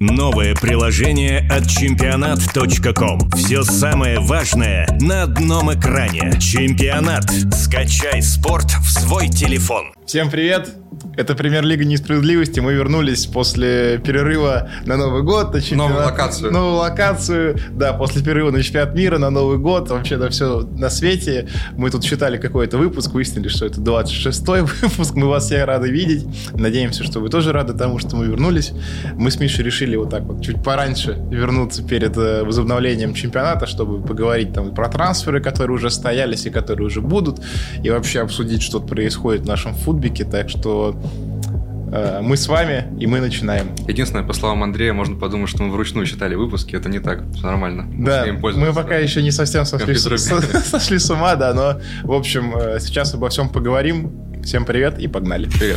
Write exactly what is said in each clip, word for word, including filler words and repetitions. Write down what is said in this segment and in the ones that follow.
Новое приложение от чемпионат точка ком. Все самое важное на одном экране. Чемпионат. Скачай спорт в свой телефон. Всем привет! Это Премьер-лига несправедливости. Мы вернулись после перерыва на Новый год. На чемпионат... Новую локацию. Новую локацию. Да, после перерыва на чемпионат мира, на Новый год. Вообще на все на свете. Мы тут считали какой-то выпуск, выяснили, что это двадцать шестой выпуск. Мы вас все рады видеть. Надеемся, что вы тоже рады тому, что мы вернулись. Мы с Мишей решили вот так вот чуть пораньше вернуться перед возобновлением чемпионата, чтобы поговорить там про трансферы, которые уже стоялись и которые уже будут, и вообще обсудить, что происходит в нашем футбике. Так что э, мы с вами, и мы начинаем. Единственное, по словам Андрея, можно подумать, что мы вручную читали выпуски. Это не так, все нормально. Мы да, мы пока еще не совсем сошли, сошли с ума, да, но, в общем, сейчас обо всем поговорим. Всем привет и погнали. Привет.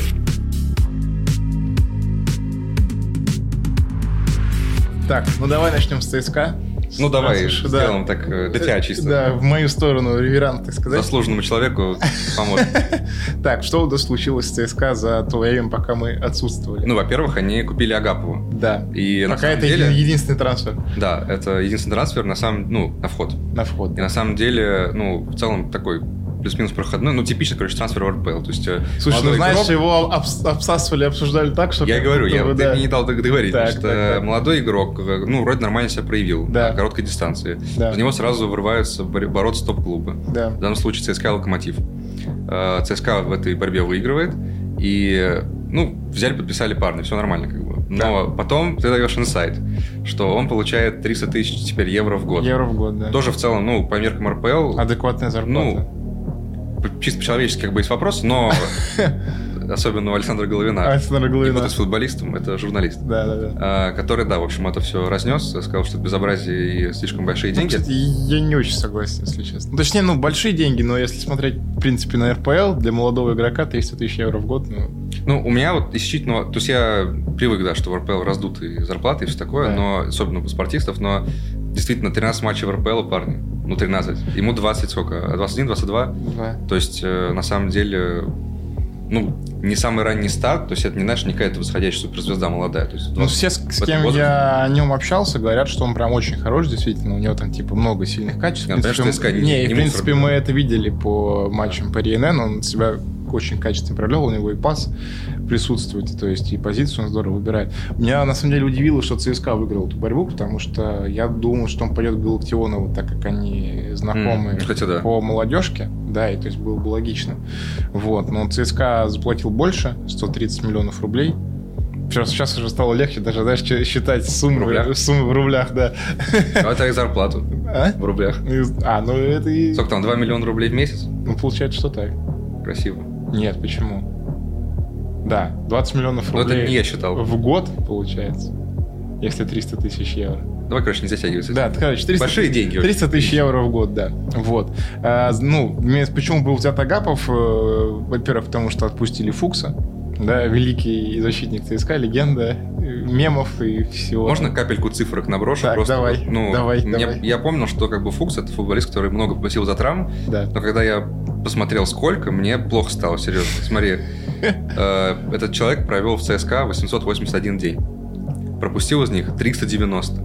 Так, ну давай начнем с ЦСКА. Ну давай, Раз, сделаем да. так для тебя чисто. Да, в мою сторону реверант, так сказать. Заслуженному человеку поможет. Так, что у нас случилось с ЦСКА за то время, пока мы отсутствовали? Ну, во-первых, они купили Агапову. Да. И пока это деле, единственный трансфер. Да, это единственный трансфер на самом, ну, на вход. На вход. И на самом деле, ну, в целом такой плюс-минус проходной, ну, типичный, короче, трансфер в эр пэ эл. То есть, слушай, ну знаешь, игрок... его обс- обсасывали, обсуждали так, что... Я говорю, я, да. ты мне не дал договорить, так, потому что так, так. молодой игрок, ну, вроде нормально себя проявил да. на короткой дистанции. Да. За него сразу вырываются бороться топ-клубы. Да. В данном случае ЦСКА «Локомотив». ЦСКА в этой борьбе выигрывает, и, ну, взяли, подписали парня, все нормально, как бы. Но да. потом ты даешь инсайт, что он получает триста тысяч теперь евро в год. Евро в год, да. Тоже в целом, ну, по меркам эр пэ эл... Адекватная зарплата. Ну, чисто по-человечески как бы есть вопрос, но особенно у Александра Головина. Александра Головина. Не с футболистом, это журналист. Да, да, да. Который, да, в общем, это все разнес, сказал, что это безобразие и слишком большие деньги. Ну, кстати, я не очень согласен, если честно. Ну, точнее, ну, большие деньги, но если смотреть, в принципе, на эр пэ эл, для молодого игрока триста тысяч евро в год, ну... Ну, у меня вот исключительно... То есть я привык, да, что в эр пэ эл раздутые зарплаты и все такое, да. но особенно у спортистов, но действительно тринадцать матчей в эр пэ эл у парня. Ну, тринадцать. Ему двадцать сколько? двадцать один, двадцать два? Да. То есть, э, на самом деле, ну, не самый ранний старт, то есть это не, знаешь, не какая-то восходящая суперзвезда молодая. То есть ну, все, с, с кем возраст... я о нем общался, говорят, что он прям очень хорош, действительно. У него там, типа, много сильных качеств. Я, в принципе, конечно, мы... не, не, не в принципе, мусор, мы это видели по матчам по эр эн эн. Он себя очень качественно проявлял, у него и пас присутствует, то есть и позицию он здорово выбирает. Меня, на самом деле, удивило, что ЦСКА выиграл эту борьбу, потому что я думал, что он пойдет к Галактионову, так как они знакомы mm, кстати, да. по молодежке, да, и то есть было бы логично. Вот, но ЦСКА заплатил больше, сто тридцать миллионов рублей. Сейчас, сейчас уже стало легче даже, знаешь, считать суммы в, суммы в рублях, да. Ну, это и зарплату а? в рублях. А, ну это и... Сколько там, два миллиона рублей в месяц? Ну, получается, что так. Красиво. Нет, почему? Да, двадцать миллионов рублей. Но это не я считал. В год, получается, если триста тысяч евро. Давай, короче, не затягивайся. Да, короче, триста, большие деньги. триста тысяч евро в год, да. Вот. А, ну, почему был взят Агапов? Во-первых, потому что отпустили Фукса. Да, великий защитник ЦСКА, легенда мемов и всего. Можно капельку цифрок наброшу? Так, просто, давай, ну, давай, мне, давай. Я помнил, что как бы Фукс — это футболист, который много платил за травм, да. но когда я посмотрел сколько, мне плохо стало, серьезно. Смотри, этот человек провел в ЦСКА восемьсот восемьдесят один день. Пропустил из них триста девяносто.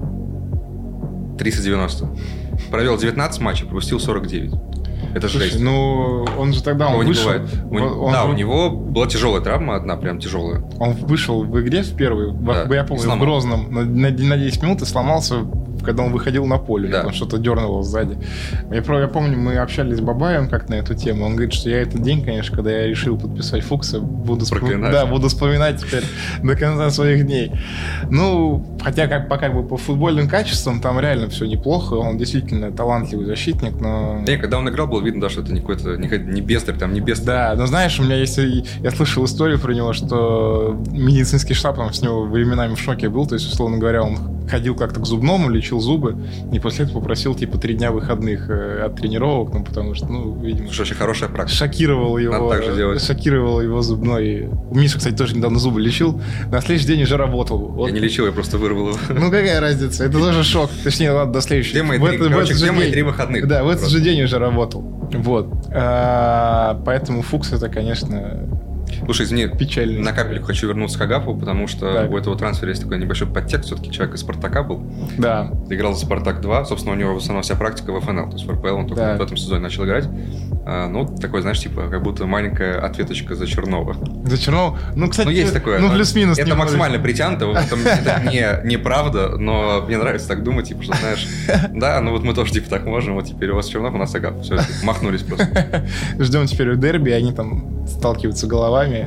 триста девяносто. Провел девятнадцать матчей, пропустил сорок девять. Это Слушай, жесть. ну, он же тогда он вышел. У, он, да, он... у него была тяжелая травма, одна прям тяжелая. Он вышел в игре в первый, да, в, я помню, в Грозном, на, на, на десять минут и сломался, когда он выходил на поле. Да. Он что-то дернуло сзади. Я, я помню, мы общались с Бабаевым как на эту тему. Он говорит, что я этот день, конечно, когда я решил подписать Фукса, буду, вспом... да, буду вспоминать теперь до конца своих дней. Ну, хотя как, по, как бы по футбольным качествам там реально все неплохо. Он действительно талантливый защитник, но... Не, когда он играл, было видно, да, что это не какой-то не, не бестер, там не бестер. Да, но знаешь, у меня есть... Я слышал историю про него, что медицинский штаб там с него временами в шоке был. То есть, условно говоря, он ходил как-то к зубному, лечил зубы, и после этого попросил, типа, три дня выходных э, от тренировок, ну, потому что, ну, видимо... Слушай, очень хорошая практика. Шокировал его... так же делать. Шокировал его зубной... У Миши, кстати, тоже недавно зубы лечил, на следующий день уже работал. Вот. Я не лечил, я просто вырвал его. Ну, какая разница? Это тоже шок. Точнее, ладно, до следующего. Где мои, три, это, короче, где мои три выходных? Да, в этот же день уже работал. Вот. А, поэтому Фукс это, конечно... Слушай, извини, Печально. на капельку хочу вернуться к Агапову, потому что Так. у этого трансфера есть такой небольшой подтекст. Все-таки человек из «Спартака» был. Да. Играл за «Спартак два». Собственно, у него в основном вся практика в эф эн эл. То есть в эр пэ эл он только Да. в этом сезоне начал играть. А, ну, такой, знаешь, типа, как будто маленькая ответочка за Чернова. За Чернова. Ну, кстати, Ну, есть такое. ну, но плюс-минус. Это немножечко. максимально притянуто. В этом это не, неправда, но мне нравится так думать, типа, что, знаешь, да, ну вот мы тоже, типа, так можем, вот теперь у вас Чернов, у нас Агапов. Все, махнулись просто. Ждем теперь дерби, они там сталкиваются головами,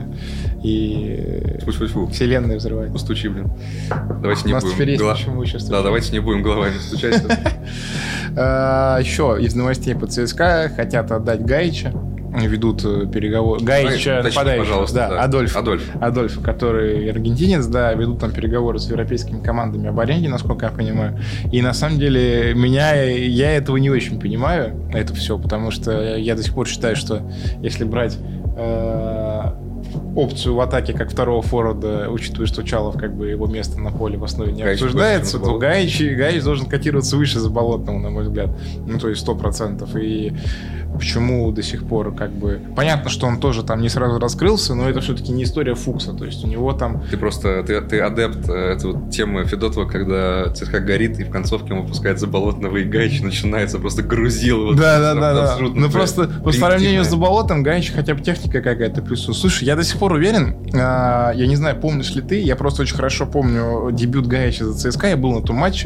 и Фу-фу-фу. вселенная взрывается. Устучи, блин. Давайте У не нас будем. теперь есть гла- почему сейчас. Да, давайте не будем головами стучать. А, Еще из новостей по ЦСКА хотят отдать Гаича. Ведут переговоры. Гаича, Уточни, нападающего, пожалуйста, да, да. Адольф. Адольф. Адольфа, который аргентинец, да, ведут там переговоры с европейскими командами об аренде, насколько я понимаю. И на самом деле меня, я этого не очень понимаю, это все, потому что я до сих пор считаю, что если брать э, опцию в атаке как второго форварда, учитывая, что Чалов, как бы, его место на поле в основе не Гаич обсуждается, больше, чем то Гаич, Гаич должен котироваться выше Заболотного, на мой взгляд. Ну, то есть сто процентов. И почему до сих пор, как бы... Понятно, что он тоже там не сразу раскрылся, но это все-таки не история Фукса. То есть у него там... Ты просто, ты, ты адепт э, этой вот темы Федотова, когда ЦСКА горит, и в концовке он выпускает Заболотного, и Гаич начинается просто грузил. Вот, Да, да, да, да. абсолютно Ну просто по сравнению с примитивное. Заболотом, Гаич хотя бы техника какая-то присутствует. Слушай, я до сих пор уверен, а, я не знаю, помнишь ли ты, я просто очень хорошо помню дебют Гаича за ЦСКА, я был на том матче.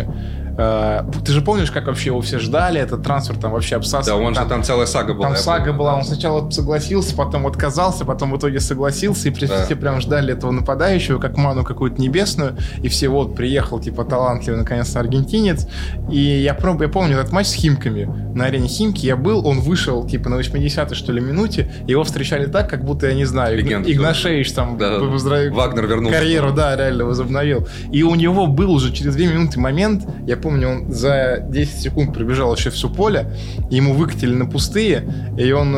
А, ты же помнишь, как вообще его все ждали, этот трансфер там вообще Да, обсасывал. он же там целая сага была. Там я сага помню, была, да. он сначала согласился, потом отказался, потом в итоге согласился, и при- Да. все прям ждали этого нападающего, как ману какую-то небесную, и все, вот, приехал, типа, талантливый, наконец-то, аргентинец, и я, пром- я помню этот матч с Химками, на арене Химки я был, он вышел, типа, на восьмидесятой, что ли, минуте, его встречали так, как будто, я не знаю, Легенда, Игнашевич там Да, да, да. поздравил- Вагнер вернулся. карьеру, да, реально возобновил. И у него был уже через две минуты момент, я помню, он за десять секунд пробежал еще все поле, ему выкатили на пустые, и он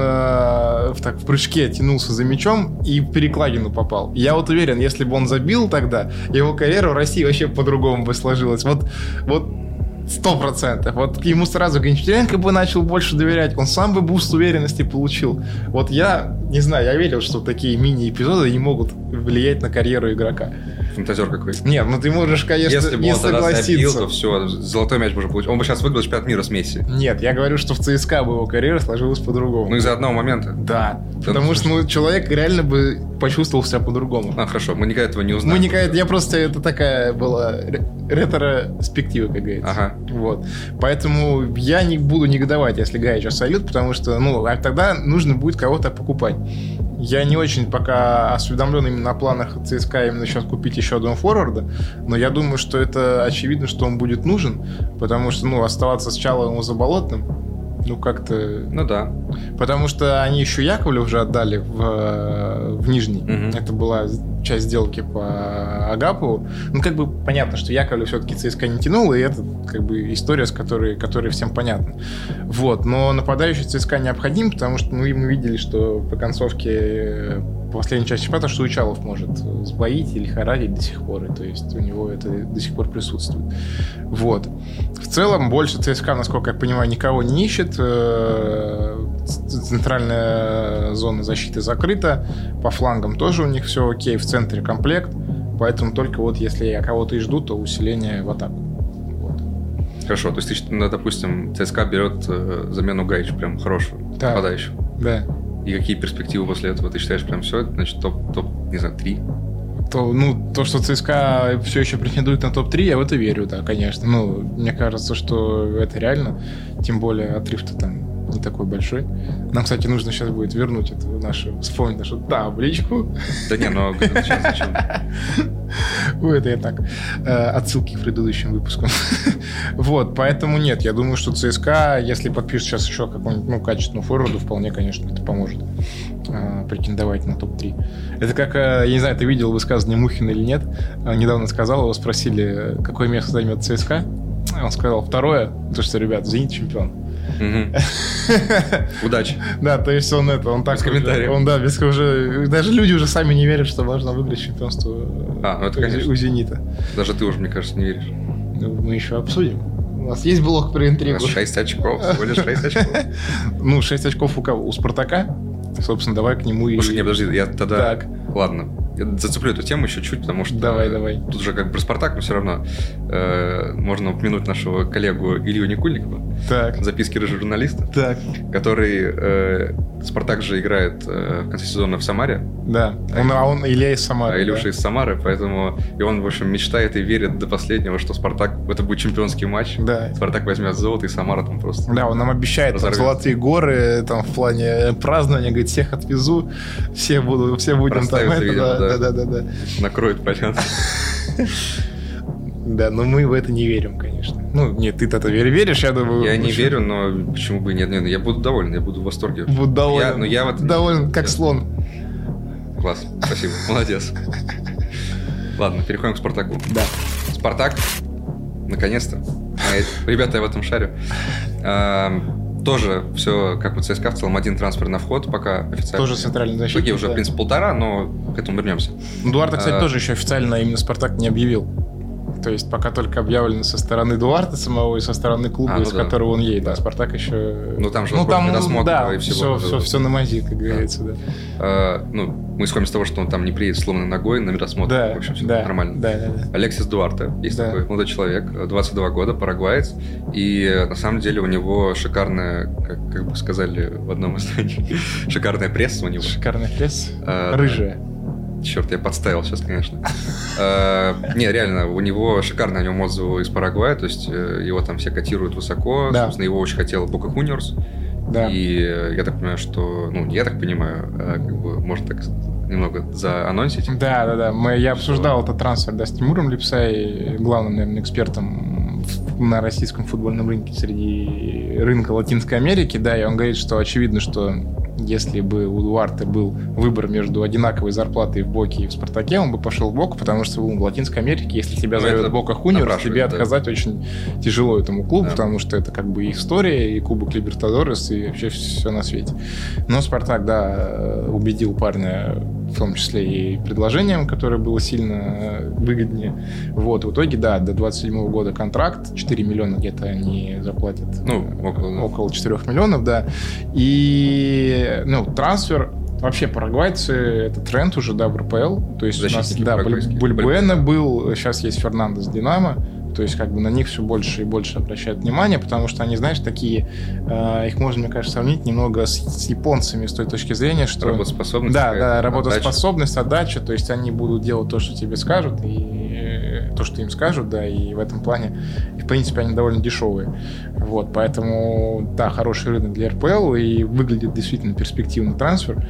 э, в, так, в прыжке тянулся за мячом и в перекладину попал. Я вот уверен, если бы он забил тогда, его карьера в России вообще по-другому бы сложилась. Вот, вот сто процентов. Вот ему сразу Гончаренко бы начал больше доверять, он сам бы буст уверенности получил. Вот я, не знаю, я верил, что такие мини-эпизоды не могут влиять на карьеру игрока. Фантазер какой. Нет, ну ты можешь, конечно, Если бы не он тогда забил, согласиться. то все, золотой мяч бы уже получил. Он бы сейчас выиграл чемпионат мира с Месси. Нет, я говорю, что в ЦСКА бы его карьера сложилась по-другому. Ну, из-за одного момента. Да, потому что ну, человек реально бы почувствовал себя по-другому. А, хорошо, мы никогда этого не узнаем. Мы никогда, я просто, это такая была ре- ретроспектива, как говорится. Ага. Вот. Поэтому я не буду негодовать, если Гаича сольют, потому что, ну, а тогда нужно будет кого-то покупать. Я не очень пока осведомлен именно о планах ЦСКА именно сейчас купить еще одного форварда, но я думаю, что это очевидно, что он будет нужен, потому что, ну, оставаться с Чаловым и Заболотным, ну, как-то... Ну да. Потому что они еще Яковлев уже отдали в, в Нижний. Мгм. Это была часть сделки по Агапову. Ну, как бы понятно, что Яковлев все-таки ЦСКА не тянул, и это как бы история, с которой, которой всем понятна. Вот. Но нападающий ЦСКА необходим, потому что ну, и мы видели, что по концовке последней части чемпионата, что Учалов может сбоить или лихорадить до сих пор. И, то есть у него это до сих пор присутствует. Вот. В целом, больше ЦСКА, насколько я понимаю, никого не ищет. Центральная зона защиты закрыта. По флангам тоже у них все окей. В центре комплект. Поэтому только вот если кого-то и ждут, то усиление в атаку. Вот. Хорошо, то есть, ну, допустим, ЦСКА берет э, замену Гаича, прям хорошего Да. нападающего. Да. И какие перспективы после этого? Ты считаешь, прям все, значит, топ, топ, не знаю, три? То, ну, то, что ЦСКА все еще претендует на топ-три, я в это верю, да, конечно. Ну, мне кажется, что это реально. Тем более отрыв-то там не такой большой. Нам, кстати, нужно сейчас будет вернуть эту нашу, вспомнить нашу табличку. Да не, ну сейчас зачем? Ой, это я так. э, Отсылки к предыдущим выпускам. Вот, поэтому нет, я думаю, что ЦСКА, если подпишет сейчас еще какую-нибудь, ну, качественную форварду, вполне, конечно, это поможет э, претендовать на топ-три. Это как, э, я не знаю, ты видел высказывание Мухина или нет, э, недавно сказал, его спросили, какое место займет ЦСКА. Он сказал, второе, потому что, ребят, «Зенит» чемпион. Мгм. Удачи. Да, то есть он это, он так... Без комментариев. Он, да, без уже... Даже люди уже сами не верят, что можно выиграть чемпионство А, ну это, у- конечно. у «Зенита». Даже ты уже, мне кажется, не веришь. Ну, мы еще обсудим. У нас есть блок про У интригу. нас шесть очков, всего лишь шесть очков. Ну, шесть очков у кого? У «Спартака». Собственно, давай к нему и... Слушай, не, подожди, я тогда... Так. ладно, я зацеплю эту тему еще чуть, потому что давай, давай. Тут же как бы про «Спартак», но все равно э, можно упомянуть нашего коллегу Илью Никульникова, так. записки рыжего журналиста, так. который э, «Спартак» же играет э, в конце сезона в Самаре. Да, он, а он Илья из Самары. А Илюша да. из Самары, поэтому и он, в общем, мечтает и верит до последнего, что «Спартак» это будет чемпионский матч. Да. «Спартак» возьмет золото, и Самара там просто... Да, он нам обещает там, золотые горы, там в плане празднования, говорит, всех отвезу, все, буду, все будем там... Это, видимо, да, да. Да, да, да, да. Накроет поляну. Да, но мы в это не верим, конечно. Ну, нет, ты-то это веришь, я думаю... Я не почему? верю, но почему бы нет, нет, я буду доволен, я буду в восторге. Буду доволен, я, но я вот... доволен, как слон. Класс, спасибо, молодец. Ладно, переходим к «Спартаку». Да. «Спартак», наконец-то. Ребята, я в этом шарю. Тоже все, как у ЦСКА, в целом один трансфер на вход, пока официально. Тоже центральный защитник. Итоге уже, да. в принципе, полтора, но к этому вернемся. Дуарте, кстати, а... тоже еще официально именно «Спартак» не объявил. То есть пока только объявлено со стороны Дуарте самого и со стороны клуба, а, ну из да. которого он едет. Да. А «Спартак» еще... Ну там же ну, вопрос там, недосмотра да, и всего. все, все, все на мази, как говорится, да. да. А, ну, мы исходим из того, что он там не приедет сломанной ногой на медосмотр. Да, в общем, все да, нормально. Да, да, да. Алексис Дуарте, есть да. такой молодой человек, двадцать два года, парагваец. И на самом деле у него шикарная, как, как бы сказали в одном из изданий, шикарная пресса у него. Шикарная пресса. А, рыжая. Черт, я подставил сейчас, конечно. Не, реально, у него шикарные о нем отзывы из Парагвая, то есть его там все котируют высоко, собственно, его очень хотел Бока Хуниорс. И я так понимаю, что, ну, я так понимаю, как бы, можно так немного заанонсить. Да, да, да. Мы, я обсуждал этот трансфер, да, с Тимуром Липсай, главным, наверное, экспертом на российском футбольном рынке среди рынка Латинской Америки, да, и он говорит, что очевидно, что если бы у Дуарте был выбор между одинаковой зарплатой в Боке и в «Спартаке», он бы пошел в Боку, потому что в Латинской Америке, если тебя зовет Бока Хуниорс, тебе да. отказать очень тяжело этому клубу, да. потому что это как бы история, и Кубок Либертадорес, и вообще все на свете. Но «Спартак», да, убедил парня, в том числе и предложением, которое было сильно выгоднее. Вот, в итоге, да, до двадцать седьмого года контракт, четыре миллиона где-то они заплатят. Ну, около, да. около четырех миллионов, да. И, ну, трансфер, вообще парагвайцы, это тренд уже, да, в РПЛ. То есть защитники у нас, да, Бульбуэна был, сейчас есть Фернандес Динамо. То есть как бы на них все больше и больше обращают внимание, потому что они, знаешь, такие, э, их можно, мне кажется, сравнить немного с, с японцами с той точки зрения, что... Работоспособность. Да, да, работоспособность, отдача. отдача, то есть они будут делать то, что тебе скажут, и то, что им скажут, да, и в этом плане, и, в принципе, они довольно дешевые. Вот, поэтому, да, хороший рынок для РПЛ, и выглядит действительно перспективный трансфер.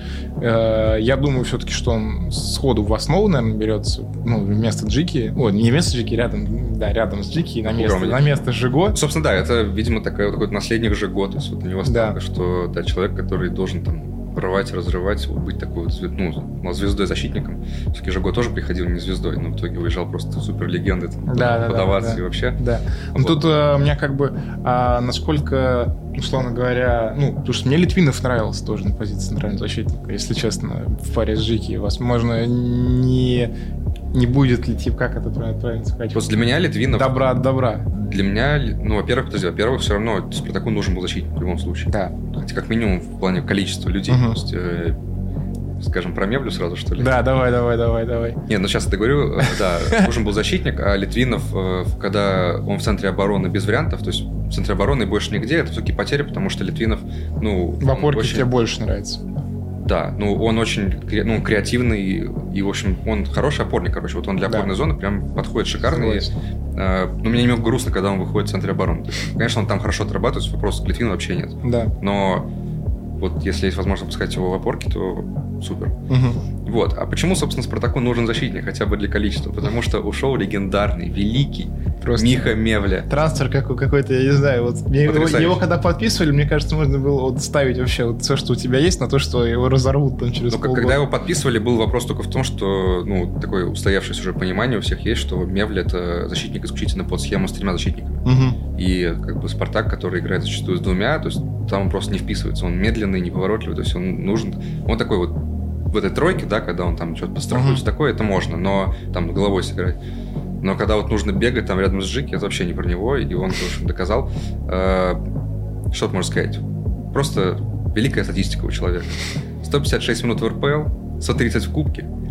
Э, я думаю все-таки, что он сходу в основу, наверное, берется, ну, вместо Джики, о, не вместо Джики, рядом, да, рядом с Джики, на место, на место Жиго. Собственно, да, это, видимо, такой, такой наследник Жиго, то есть вот у него ставка, да. что, да, человек, который должен там рвать, разрывать, быть такой вот, ну, звездой-защитником. Все-таки Жиго тоже приходил не звездой, но в итоге выезжал просто суперлегендой, там, да, подаваться да, да, и вообще. Да. Вот. Тут а, у меня как бы, а, насколько, условно говоря, ну, потому что мне Литвинов нравился тоже на позиции центрального защитника, если честно, в паре с Жики. Возможно, не... Не будет ли, типа, как это правильно сказать? Вот для меня Литвинов... Добра от добра. Для меня, ну, во-первых, подожди, во-первых, все равно Спартаку нужен был защитник в любом случае. Да. Хотя как минимум в плане количества людей. Угу. То есть, э, скажем, промеблю сразу, что ли? Да, давай, давай, давай, давай. Не, ну сейчас я договорю, да, нужен был защитник, а Литвинов, когда он в центре обороны без вариантов, то есть в центре обороны больше нигде, это все-таки потери, потому что Литвинов, ну... В опорке очень... тебе больше нравится. Да, ну он очень ну, креативный и, в общем, он хороший опорник, короче. Вот он для опорной да. зоны прям подходит шикарно. И, э, ну, мне немного грустно, когда он выходит в центре обороны. То есть, конечно, он там хорошо отрабатывает, вопросов к Литвину вообще нет. Да. Но вот если есть возможность пускать его в опорке, то супер. Угу. Вот. А почему, собственно, Спартаку нужен защитник хотя бы для количества? Потому что ушел легендарный, великий Просто Миха Мевля. Трансфер как, какой-то, я не знаю, вот мне его, его когда подписывали, мне кажется, можно было вот ставить вообще вот все, что у тебя есть, на то, что его разорвут там через ну, полгода. Когда его подписывали, был вопрос только в том, что, ну, такое устоявшееся уже понимание у всех есть, что Мевля — это защитник исключительно под схему с тремя защитниками. Угу. И как бы Спартак, который играет зачастую с двумя, то есть там он просто не вписывается, он медленный, неповоротливый, то есть он нужен, он такой вот в этой тройке, да, когда он там что-то подстрахуется, uh-huh. такое, это можно, но там головой сыграть. Но когда вот нужно бегать там рядом с Джики, это вообще не про него, и он, в общем, доказал. Э, что ты можешь сказать? Просто великая статистика у человека. сто пятьдесят шесть минут в РПЛ, сто тридцать в Кубке,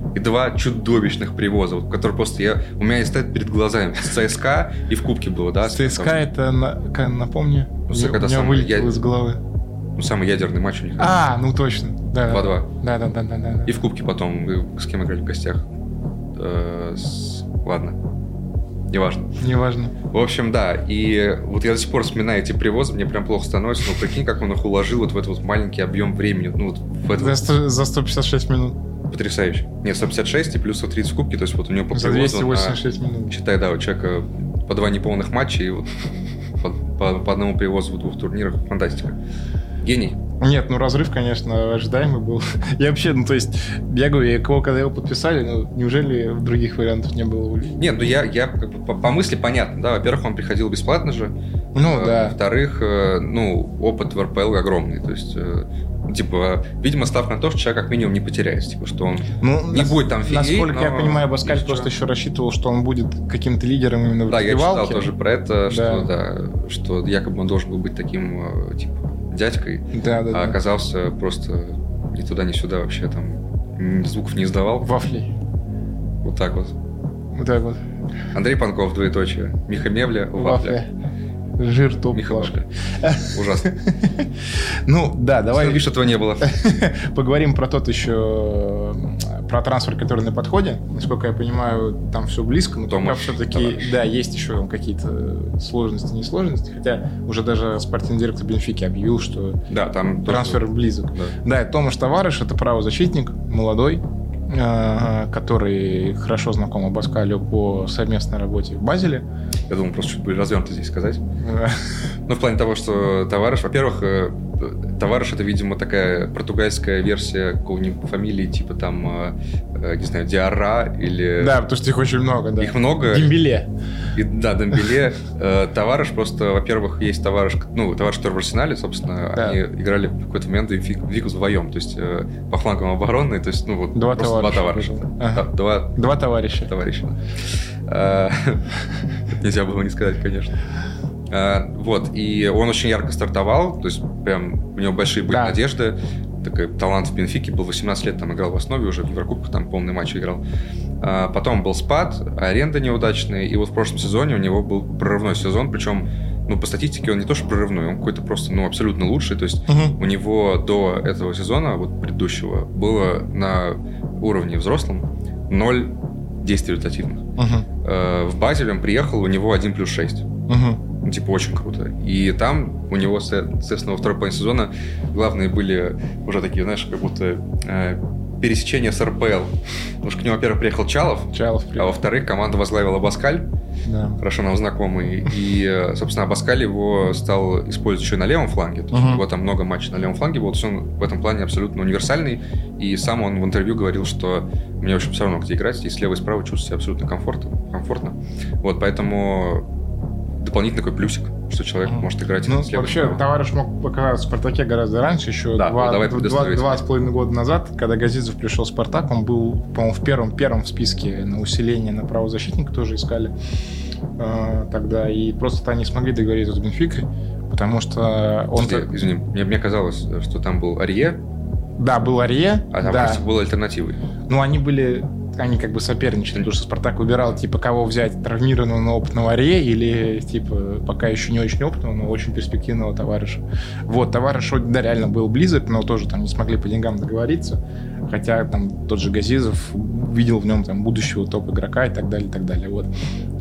и два чудовищных привоза, вот, которые просто я, у меня стоят перед глазами. С ЦСКА и в Кубке было, да? ЦСКА это, на, напомни, ну, у меня вылетело я... из головы. Ну, самый ядерный матч у них. А, ну точно. Да, два-два. Да, да, да, да, да. И в Кубке потом, вы с кем играли в гостях? Э, с... Ладно. Неважно. Неважно. В общем, да. И вот я до сих пор вспоминаю эти привозы, мне прям плохо становится. Но прикинь, как он их уложил вот в этот вот маленький объем времени. Ну, вот в этот... за, сто, за сто пятьдесят шесть минут. Потрясающе. Нет, сто пятьдесят шесть и плюс сто тридцать в Кубке. То есть вот у него по за двести восемьдесят шесть на... минут. Считай, да, у человека по два неполных матча и вот по, по, по одному привозу в двух турнирах. Фантастика. Гений. Нет, ну разрыв, конечно, ожидаемый был. Я вообще, ну то есть, я говорю, я кого, когда его подписали, ну неужели других вариантов не было? Нет, ну я, я как бы по, по мысли понятно, да, во-первых, он приходил бесплатно же. Ну э, да. Во-вторых, э, ну, опыт в эр пэ эл огромный, то есть, э, типа, видимо, ставка на то, что человек как минимум не потеряется, типа, что он ну, не нас, будет там фигей. Насколько но... я понимаю, Баскаль просто еще рассчитывал, что он будет каким-то лидером именно в да, раздевалке. Да, я читал тоже про это, да. что, да, что якобы он должен был быть таким, типа, дядькой, да, да, а да. оказался просто ни туда, ни сюда вообще там звуков не издавал. Вафли. Вот так вот. Вот так вот. Андрей Панков, двоеточие. Миха Мевля, вафля. Жир топ. Миха Вафля. Ужасно. Ну, да, давай... Видишь, этого не было. Поговорим про тот еще... Про трансфер, который на подходе. Насколько я понимаю, там все близко, но пока все-таки, да, есть еще какие-то сложности, не сложности. Хотя уже даже спортивный директор Бенфики объявил, что да, там трансфер тоже... близок. Да, да, Томаш Тавареш, это правозащитник, молодой, который хорошо знаком Абаскалю по совместной работе в Базеле. Я думал, просто чуть более развернуто здесь сказать. Ну, в плане того, что Тавареш, во-первых, Тавареш — это, видимо, такая португальская версия какой-нибудь фамилии, типа там, не знаю, Диарра или... Да, потому что их очень много, да. Их много. Дембеле. И, да, Дембеле. Тавареш просто, во-первых, есть Тавареш, ну, Тавареш, который в Арсенале, собственно, да. Они играли в какой-то момент Вику вдвоем, то есть по флангам обороны, то есть, ну, вот два просто товарища. Два товарища. Ага. Да, два, два товарища. Товарища. Нельзя было не сказать, конечно. Вот, и он очень ярко стартовал, то есть прям у него большие были да. надежды. Такой талант в Бенфике, был восемнадцать лет, там играл в основе уже, в Еврокубках там полный матч играл. Потом был спад, аренда неудачная, и вот в прошлом сезоне у него был прорывной сезон, причем, ну, по статистике он не то что прорывной, он какой-то просто, ну, абсолютно лучший, то есть угу. у него до этого сезона, вот предыдущего, было на уровне взрослом ноль действий результативных. Угу. В Базель он приехал, у него один плюс шесть. Угу. Ну, типа, очень круто. И там у него, соответственно, во второй половине сезона главные были уже такие, знаешь, как будто э, пересечения с эр пэ эл. Потому что к нему, во-первых, приехал Чалов, Чалов а во-вторых, команду возглавил Абаскаль, да. хорошо нам знакомый. И, собственно, Абаскаль его стал использовать еще и на левом фланге. То есть uh-huh. у него там много матчей на левом фланге было. То есть он в этом плане абсолютно универсальный. И сам он в интервью говорил, что мне, в общем, все равно где играть. И слева и справа чувствую себя абсолютно комфортно. комфортно. Вот, поэтому... дополнительный такой плюсик, что человек mm-hmm. может играть ну, слева. Вообще, Тавареш мог показаться в «Спартаке» гораздо раньше, еще да, два, давай два, два с половиной года назад, когда Газизов пришел в «Спартак», он был, по-моему, в первом, первом в списке на усиление на правозащитника, тоже искали э, тогда, и просто они смогли договориться с Бенфикой, потому что он... Подожди, так... Извини, мне, мне казалось, что там был Арье. Да, был Арье. А там да. был альтернативой. Ну, они были... Они как бы соперничали, потому что Спартак выбирал, типа, кого взять, травмированного, но опытного Арье или, типа, пока еще не очень опытного, но очень перспективного Тавареша. Вот, Тавареш, да, реально был близок, но тоже там не смогли по деньгам договориться, хотя там тот же Газизов видел в нем там будущего топ-игрока и так далее, и так далее, вот.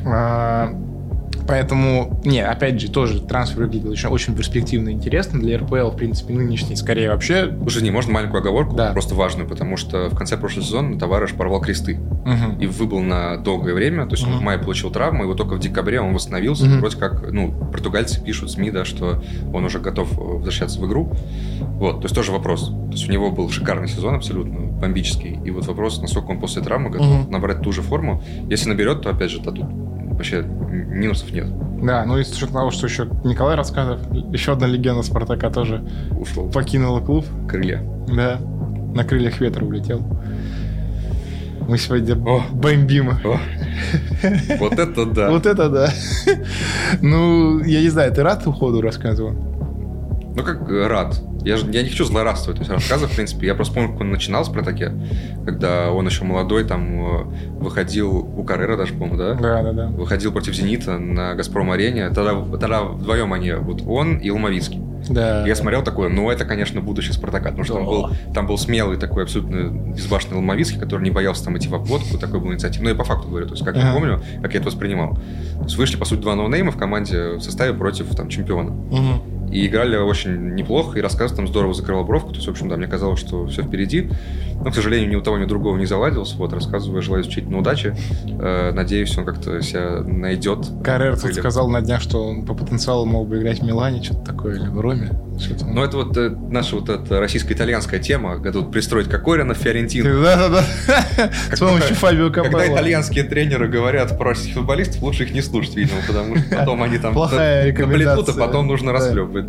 Поэтому, не, опять же, тоже трансфер выглядел еще очень перспективно и интересно. Для эр пэ эл, в принципе, нынешний, скорее вообще... Слушай, не, можно маленькую оговорку, да. просто важную, потому что в конце прошлого сезона Тавареш порвал кресты угу. и выбыл на долгое время, то есть угу. он в мае получил травму, и вот только в декабре он восстановился. Угу. Вроде как, ну, португальцы пишут, СМИ, да, что он уже готов возвращаться в игру. Вот, то есть тоже вопрос. То есть у него был шикарный сезон абсолютно, бомбический, и вот вопрос, насколько он после травмы готов угу. набрать ту же форму. Если наберет, то, опять же, то тут вообще минусов нет. Да, ну и с учетом того, что еще Николай Раскадов, еще одна легенда Спартака, тоже ушел, покинула клуб. Крылья. Да, на крыльях ветра улетел. Мы сегодня О. бомбим. О. Вот это да. Вот это да. Ну, я не знаю, ты рад уходу Раскадова? Ну, как рад. Я, же, я не хочу злорадствовать, то есть рассказы, в принципе. Я просто помню, как он начинал в «Спартаке», когда он еще молодой, там выходил у Каррера даже, по-моему, да? Да, да, да. Выходил против «Зенита» на «Газпром-арене». Тогда, тогда вдвоем они, вот он и Ломовицкий. Да. Я смотрел такое, ну, это, конечно, будущее «Спартака», потому что там был, там был смелый такой абсолютно безбашенный Ломовицкий, который не боялся там идти в обводку, такой был инициативный. Ну, я по факту говорю, то есть, как ага. я помню, как я это воспринимал. То есть, вышли, по сути, два ноунейма в команде в составе против там чемпиона. Угу. И играли очень неплохо, и рассказ там здорово закрывал бровку. То есть, в общем, да, мне казалось, что все впереди. Но, к сожалению, ни у того, ни у другого не заладилось. Вот, рассказываю, желаю исключительно удачи. Э, надеюсь, он как-то себя найдет. Каррер тут сказал на днях, что он по потенциалу мог бы играть в Милане, что-то такое, или в Роме. Что-то... Ну, это вот э, наша вот эта российско-итальянская тема, когда тут пристроить Кокорина в Фиорентину. Да-да-да. С помощью Фабио Капелло. Когда итальянские тренеры говорят про российских футболистов, лучше их не слушать, видимо, потому что потом они там наплетут, а потом нужно расхлебывать.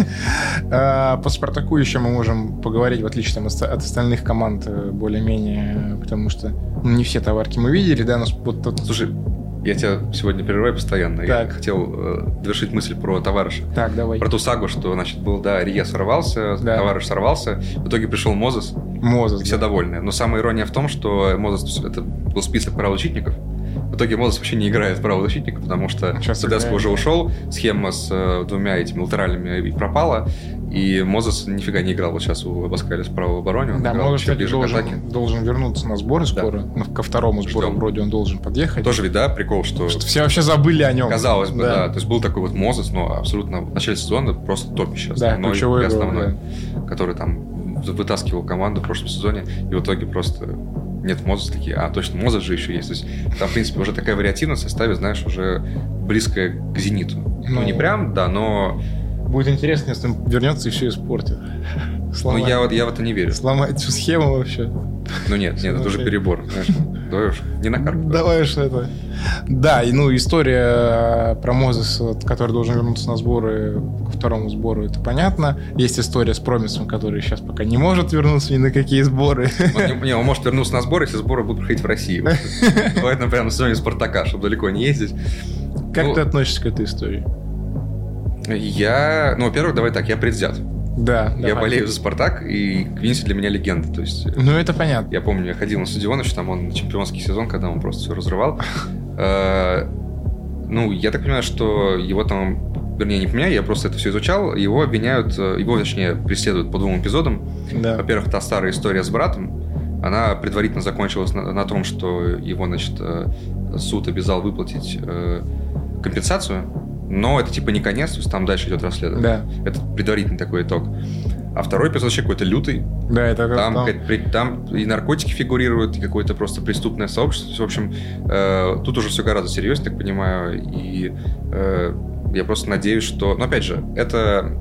По «Спартаку» еще мы можем поговорить, в отличие от остальных команд, более-менее, потому что не все товарки мы видели, да, но вот тут... Слушай, я тебя сегодня перерываю постоянно. Так. Я хотел э, довершить мысль про Тавареша. Так, давай. Про ту сагу, что, значит, был, да, Рие сорвался, да. Тавареш сорвался, в итоге пришел Мозес. Мозес, все да. довольны. Но самая ирония в том, что Мозес, это был список правозащитников. В итоге Мозес вообще не играет в правозащитника, потому что Тедеско уже ушел, схема с э, двумя этими латеральными пропала, и Мозес нифига не играл вот сейчас у Абаскаля справа в обороне. Он да, Мозес, кстати, должен, должен вернуться на сборы скоро. Да. Ко второму сбору Ждем. Вроде он должен подъехать. Тоже ведь, да, прикол, что... Что все вообще забыли о нем. Казалось бы, да. да. То есть был такой вот Мозес, но абсолютно в начале сезона просто топище. Да, ключевой основной, игрок, да. который там вытаскивал команду в прошлом сезоне, и в итоге просто... Нет, Мозес такие, а точно, Мозес же еще есть. То есть там, в принципе, уже такая вариативность в составе, знаешь, уже близкая к «Зениту». Ну, ну не прям, да, но... Будет интересно, если он вернется и все испортит. Сломает. Ну, я, вот, я в это не верю. Сломает всю схему вообще. Ну, нет, нет, это уже перебор. Знаешь, давай уж, не накаркай. Давай уж это. Да, и ну, история про Мозеса, который должен вернуться на сборы, ко второму сбору, это понятно. Есть история с Промисом, который сейчас пока не может вернуться ни на какие сборы. Он, не, он может вернуться на сборы, если сборы будут проходить в России. Поэтому прямо на сезоне «Спартака», чтобы далеко не ездить. Как ну, ты относишься к этой истории? Я, ну, во-первых, давай так, я предвзят. Да. Я давай. болею за «Спартак», и Квинси для меня легенда. То есть, ну, это понятно. Я помню, я ходил на стадион, еще там он чемпионский сезон, когда он просто все разрывал. Ну, я так понимаю, что его там, вернее, не понимаю, я просто это все изучал, его обвиняют, его, точнее, преследуют по двум эпизодам. Да. Во-первых, та старая история с братом, она предварительно закончилась на, на том, что его, значит, суд обязал выплатить компенсацию, но это типа не конец, то есть там дальше идет расследование. Да. Это предварительный такой итог. А второй эпизод вообще какой-то лютый. Да, это там, там... там и наркотики фигурируют, и какое-то просто преступное сообщество. В общем, э, тут уже все гораздо серьезнее, так понимаю. И э, я просто надеюсь, что... Но опять же, это...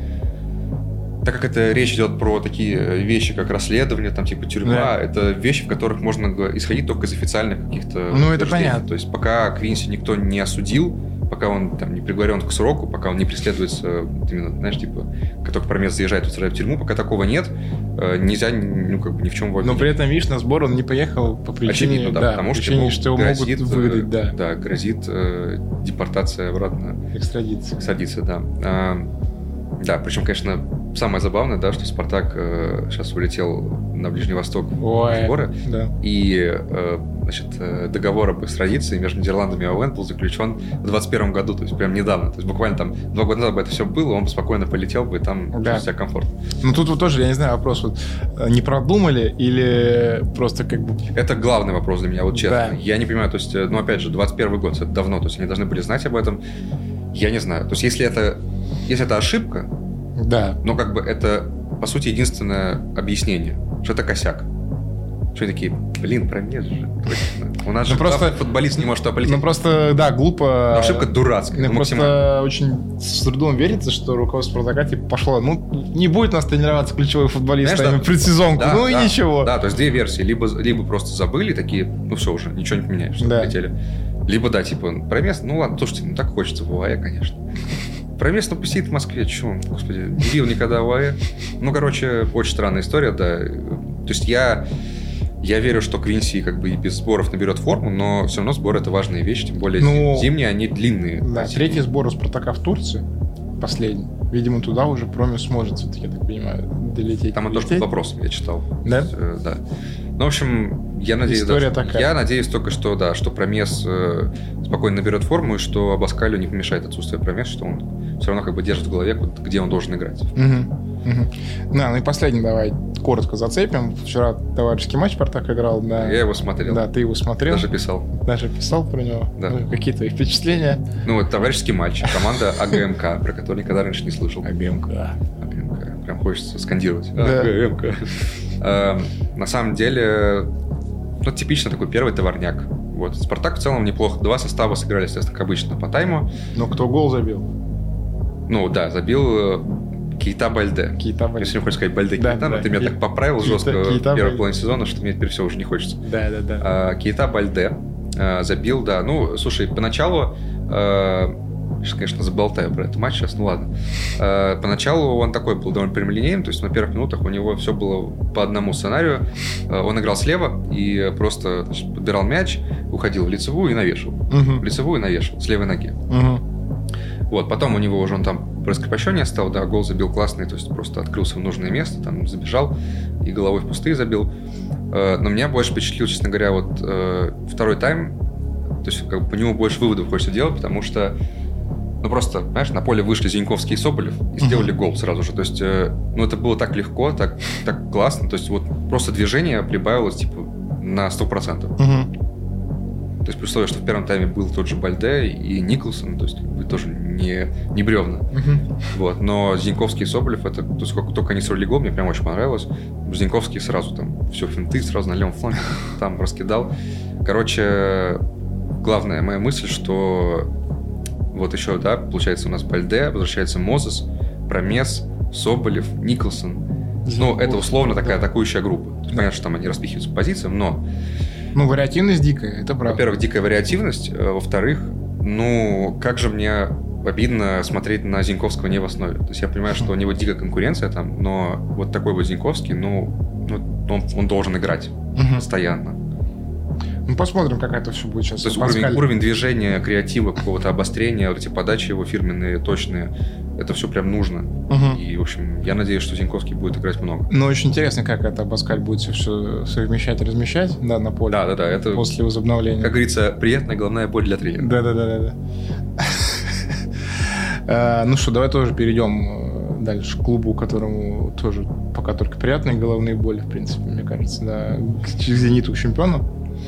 Так как это речь идет про такие вещи, как расследование, там типа тюрьма, да. Это вещи, в которых можно исходить только из официальных каких-то... Ну, это понятно. То есть пока Квинси никто не осудил, пока он там не приговорен к сроку, пока он не преследуется, именно, знаешь, типа, как только Промес заезжает в тюрьму, пока такого нет, нельзя, ну, как бы ни в чем войти. Но при этом, видишь, на сбор он не поехал по причине, Очевидно, да, да, потому причине, что, что его грозит, могут выдать, да. Да, грозит э, депортация обратно. Экстрадиция. Экстрадиция, да. А, да, причем, конечно, самое забавное, да, что «Спартак» э, сейчас улетел на Ближний Восток Ой, в сборы, да. и э, значит, договор об экстрадиции между Нидерландами и ОУН был заключен в двадцать первом году, то есть прям недавно. То есть буквально там два года назад бы это все было, он бы спокойно полетел бы, и там да. чувствовал себя комфортно. Ну тут вот тоже, я не знаю, вопрос, вот не продумали или просто как бы... Это главный вопрос для меня, вот честно. Да. Я не понимаю, то есть, ну опять же, двадцать первый год, это давно, то есть они должны были знать об этом. Я не знаю. То есть если это, если это ошибка, да. но как бы это, по сути, единственное объяснение, что это косяк. Что они такие, блин, Промес же. У нас ну же просто, футболист не может туда полететь. Ну просто, да, глупо. Но ошибка дурацкая. Мне просто очень с трудом верится, что руководство «Спартака» типа пошло, ну, не будет у нас тренироваться ключевой футболист в предсезонку, да, ну да, и ничего. Да, то есть две версии. Либо, либо просто забыли, такие, ну все уже, ничего не поменяешь, что да. полетели. Либо, да, типа, Промес, ну ладно, слушайте, ну так хочется в УАЭ, конечно. Промес, ну, посидит в Москве, чего он, господи, не видел никогда УАЭ. Ну, короче, очень странная история, да. То есть я... Я верю, что Квинси как бы и без сборов наберет форму, но все равно сборы — это важная вещь, тем более ну, зимние, они длинные. Да, третий сбор у «Спартака» в Турции, последний. Видимо, туда уже Промис сможет все-таки, я так понимаю, долететь. Там это тоже под вопросом, я читал. Да? Есть, э, да. Ну, в общем, я надеюсь, История да, такая. Я надеюсь только, что да, что Промес э, спокойно наберет форму, и что Абаскалю не помешает отсутствие Промес, что он все равно как бы держит в голове, где он должен играть. Угу. Угу. Да, ну и последний давай коротко зацепим. Вчера товарищеский матч Спартак играл. Да. Я его смотрел. Да, ты его смотрел. Даже писал. Даже писал про него. Да. Ну, какие твои впечатления? Ну, вот товарищеский матч. Команда АГМК, про которую никогда раньше не слышал. АГМК. АГМК. Прям хочется скандировать. Да. АГМК. На самом деле, ну, типично такой первый товарняк. Вот. Спартак в целом неплохо. Два состава сыграли, естественно, как обычно, по тайму. Но кто гол забил? Ну, да, забил Кейта Бальде. Кейта Бальде. Если не хочешь сказать Бальде да, Кейта, но да. ты меня Кей... так поправил Кейта, жестко Кейта в первой Бальде. половине сезона, что мне теперь все уже не хочется. Да, да, да. А, Кейта Бальде а, забил, да. Ну, слушай, поначалу... А, сейчас, конечно, заболтаю про этот матч сейчас, ну ладно. А, поначалу он такой был довольно прямолинейным, то есть на первых минутах у него все было по одному сценарию. А, он играл слева и просто значит, подбирал мяч, уходил в лицевую и навешивал. Угу. В лицевую и навешивал с левой ноги. Угу. Вот, потом у него уже он там раскрепощение стал, да, гол забил классный, то есть просто открылся в нужное место, там забежал и головой в пустые забил. Но меня больше впечатлил, честно говоря, вот второй тайм, то есть как бы по нему больше выводов хочется делать, потому что, ну просто, знаешь, на поле вышли Зиньковский и Соболев и сделали uh-huh. гол сразу же, то есть, ну это было так легко, так, так классно, то есть вот просто движение прибавилось типа на сто процентов. Uh-huh. То есть, при условии, что в первом тайме был тот же Бальде и Николсон, то есть, как бы тоже не, не бревна. Uh-huh. Вот. Но Зиньковский и Соболев, это, то есть, как только они сорвали гол, мне прям очень понравилось. Зиньковский сразу там все финты, сразу на левом фланге там раскидал. Короче, главная моя мысль, что вот еще, да, получается, у нас Бальде, возвращается Мозес, Промес, Соболев, Николсон. Ну, это условно такая да. атакующая группа. То есть, понятно, что там они распихиваются по позициям, но... Ну, вариативность дикая, это правда. Во-первых, дикая вариативность. Во-вторых, ну, как же мне обидно смотреть на Зиньковского не в основе. То есть я понимаю, что у него дикая конкуренция там, но вот такой вот Зиньковский, ну, ну он, он должен играть uh-huh. постоянно. Ну, посмотрим, как это все будет сейчас. То есть уровень, уровень движения, креатива, какого-то обострения, вот эти подачи его фирменные, точные, это все прям нужно. Uh-huh. И, в общем, я надеюсь, что Зиньковский будет играть много. Ну, очень интересно, как это Абаскаль будет все, все совмещать и размещать, да, на поле. Да, да, да. Это, после возобновления. Как говорится, приятная головная боль для тренера. Да, да, да, да. Ну что, давай тоже перейдем дальше к клубу, которому тоже пока только приятные головные боли, в принципе, мне кажется, да, к «Зениту», к чемпиону.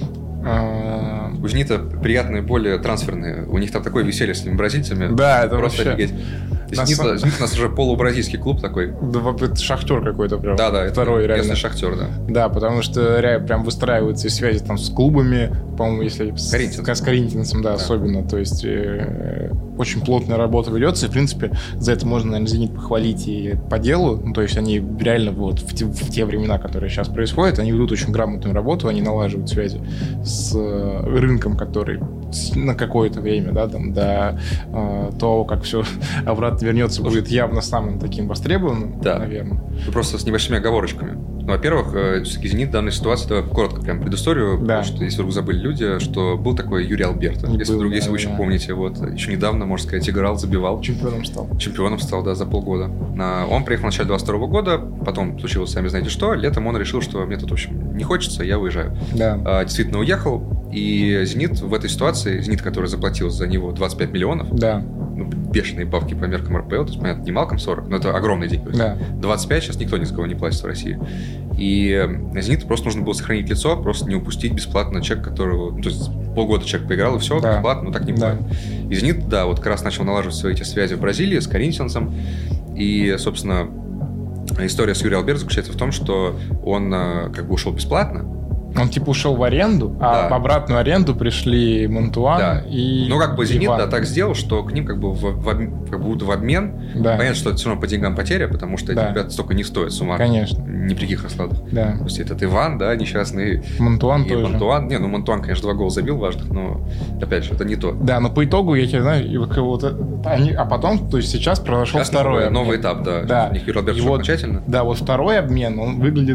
У «Зенита» приятные боли трансферные. У них там такое веселье с этими бразильцами. Да, это просто вообще... офигеть. «Зенит», самом... «Зенит» у нас уже полубразильский клуб такой. Да, это «Шахтер» какой-то прям. Да, да, второй это реально. «Шахтер», да. Да, потому что реально прям выстраиваются связи там с клубами, по-моему, если с Коринтинцем, с Коринтинцем, да, да, особенно. То есть э, очень плотная работа ведется, и, в принципе, за это можно, наверное, «Зенит» похвалить и по делу. Ну, то есть они реально вот в те, в те времена, которые сейчас происходят, они ведут очень грамотную работу, они налаживают связи с э, рынком, который на какое-то время, да, там, до э, того, как все обратно вернется, будет явно самым таким востребованным, да. наверное. Просто с небольшими оговорочками. Ну, во-первых, все-таки «Зенит» в данной ситуации, давай коротко прям предысторию, да. потому что, если вдруг забыли люди, что был такой Юрий Альберто. Не если был, вдруг, да, если вы да. еще помните, вот, еще недавно, можно сказать, играл, забивал. Чемпионом стал. Чемпионом стал, да, за полгода. Он приехал в начале двадцать второго года, потом случилось, сами знаете что, летом он решил, что мне тут, в общем, не хочется, я уезжаю. Да. А, действительно уехал, и «Зенит» в этой ситуации, «Зенит», который заплатил за него двадцать пять миллионов, да. ну, бешеные бабки по меркам эр пэ эл, то есть, понятно, не Малком сорок, но это огромные деньги. Да. двадцать пять сейчас никто ни с кого не платит в России. И «Зениту» просто нужно было сохранить лицо, просто не упустить бесплатно человека, которого... Ну, то есть полгода человек поиграл, и все, да. бесплатно, но так не бывает. Да. И «Зенит», да, вот как раз начал налаживать свои эти связи в Бразилии с коринтинцем. И, собственно, история с Юрием Альберто заключается в том, что он как бы ушел бесплатно. Он типа ушел в аренду, а да. в обратную аренду пришли Монтуан да. и Ну, как бы «Зенит» Иван. да, так сделал, что к ним как бы в, в, как будто в обмен. Да. Понятно, что это все равно по деньгам потеря, потому что да. эти ребята столько не стоят суммарно. Конечно. Ни при каких раскладах. Да. То есть этот Иван, да, несчастный. Монтуан и тоже. Монтуан. Не, ну Монтуан, конечно, два гола забил важных, но опять же, это не то. Да, но по итогу, я тебе знаю, вот, они, а потом, то есть сейчас произошел сейчас второй новый, обмен. новый этап, да. да. У них Юрий Альберто вот, окончательно. Да, вот второй обмен, он выглядит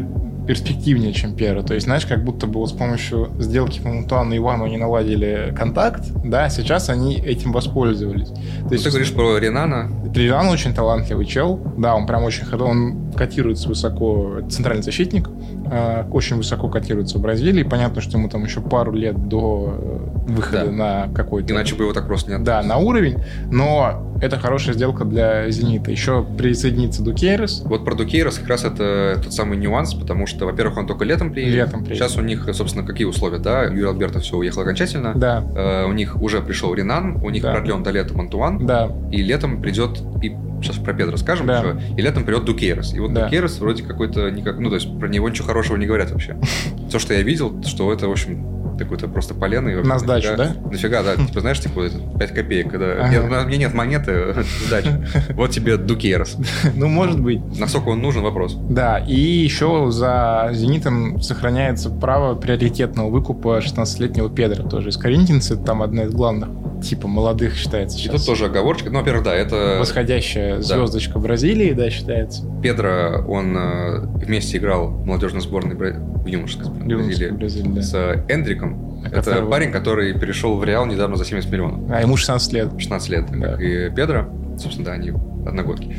перспективнее, чем Пьера. То есть, знаешь, как будто бы вот с помощью сделки по Антуану и Ивану они наладили контакт, да, сейчас они этим воспользовались. То есть, ты говоришь про Ренана? Ренан очень талантливый чел, да, он прям очень хорошо, он котируется высоко, центральный защитник, э, очень высоко котируется в Бразилии, понятно, что ему там еще пару лет до выхода да. на какой-то... Иначе бы его так просто не отдали. Да, на уровень, но это хорошая сделка для «Зенита». Еще присоединится Дукейрес. Вот про Дукейрес как раз это тот самый нюанс, потому что, во-первых, он только летом приедет. Летом приедет. Сейчас у них, собственно, какие условия, да? Юрий Альберто все уехал окончательно. Да. Э, у них уже пришел Ренан, у них да. продлен до лета Антуан. Да. И летом придет, и сейчас про Педро скажем да. еще, и летом придет Дукейрес. И вот да. Дукейрес вроде какой-то, никак, ну, то есть про него ничего хорошего не говорят вообще. Все, что я видел, что это, в общем... Такой-то просто полено. И на сдачу, нафига, да? Нафига, да. Типа, знаешь, типа пять копеек, когда ага. нет, у меня нет монеты, сдачи. Вот тебе Дукейрес. Ну, может быть. Насколько он нужен, вопрос. Да, и еще за «Зенитом» сохраняется право приоритетного выкупа шестнадцатилетнего Педро тоже из Коринтианса. Это там одна из главных, типа, молодых считается сейчас. И тут тоже оговорочка. Ну, во-первых, да, это... Восходящая звездочка да. Бразилии, да, считается. Педро, он э, вместе играл в молодежной сборной в юношеской сборной Бразилии, Бразилии да. с Эндриком. Это которого... парень, который перешел в Реал недавно за семьдесят миллионов. А ему шестнадцать лет. шестнадцать лет, да. как и Педро. Собственно, да, они одногодки.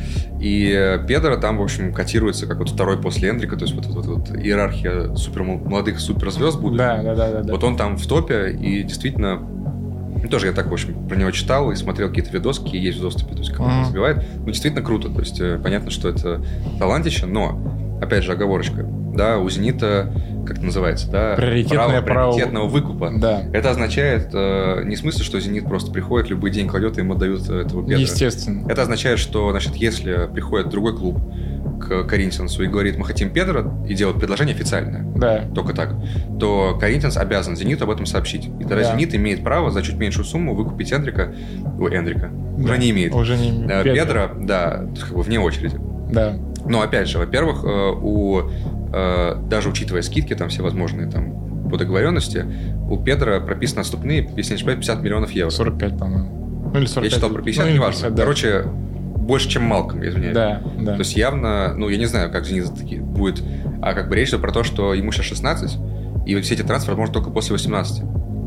И Педро там, в общем, котируется как вот второй после Эндрика, то есть вот эта вот, вот иерархия супер, молодых суперзвезд будут. Да, да, да, да. Вот он там в топе, и действительно... Тоже я так, в общем, про него читал и смотрел какие-то видосы, какие есть в доступе, то есть как он mm-hmm. разбивает. Ну, действительно круто, то есть понятно, что это талантище, но, опять же, оговорочка, да, у «Зенита», как это называется, да, право приоритетного право... выкупа. Да. Это означает э, не в смысле, что «Зенит» просто приходит, любой день кладет, и ему дают этого Педро. Естественно. Это означает, что, значит, если приходит другой клуб к Коринтиансу и говорит, мы хотим Педро, и делает предложение официальное, да. только так, то Коринтианс обязан «Зениту» об этом сообщить. И тогда да. «Зенит» имеет право за чуть меньшую сумму выкупить Эндрика, ой, Эндрика, да. уже не имеет. Уже не имеет. Педро, Педро да, как бы вне очереди. Да. Но, опять же, во-первых, у, даже учитывая скидки там всевозможные там, по договоренности, у Педро прописаны отступные, если не ошибаюсь, пятьдесят миллионов евро. сорок пять, по-моему. Ну, или сорок пять. Я читал про пятьдесят, ну, неважно. пятьдесят, да. Короче, больше, чем Малком, я извиняюсь. Да, да. То есть явно, ну, я не знаю, как «Зенит» такие будет, а как бы речь идет про то, что ему сейчас шестнадцать, и вот все эти трансферы можно только после восемнадцати.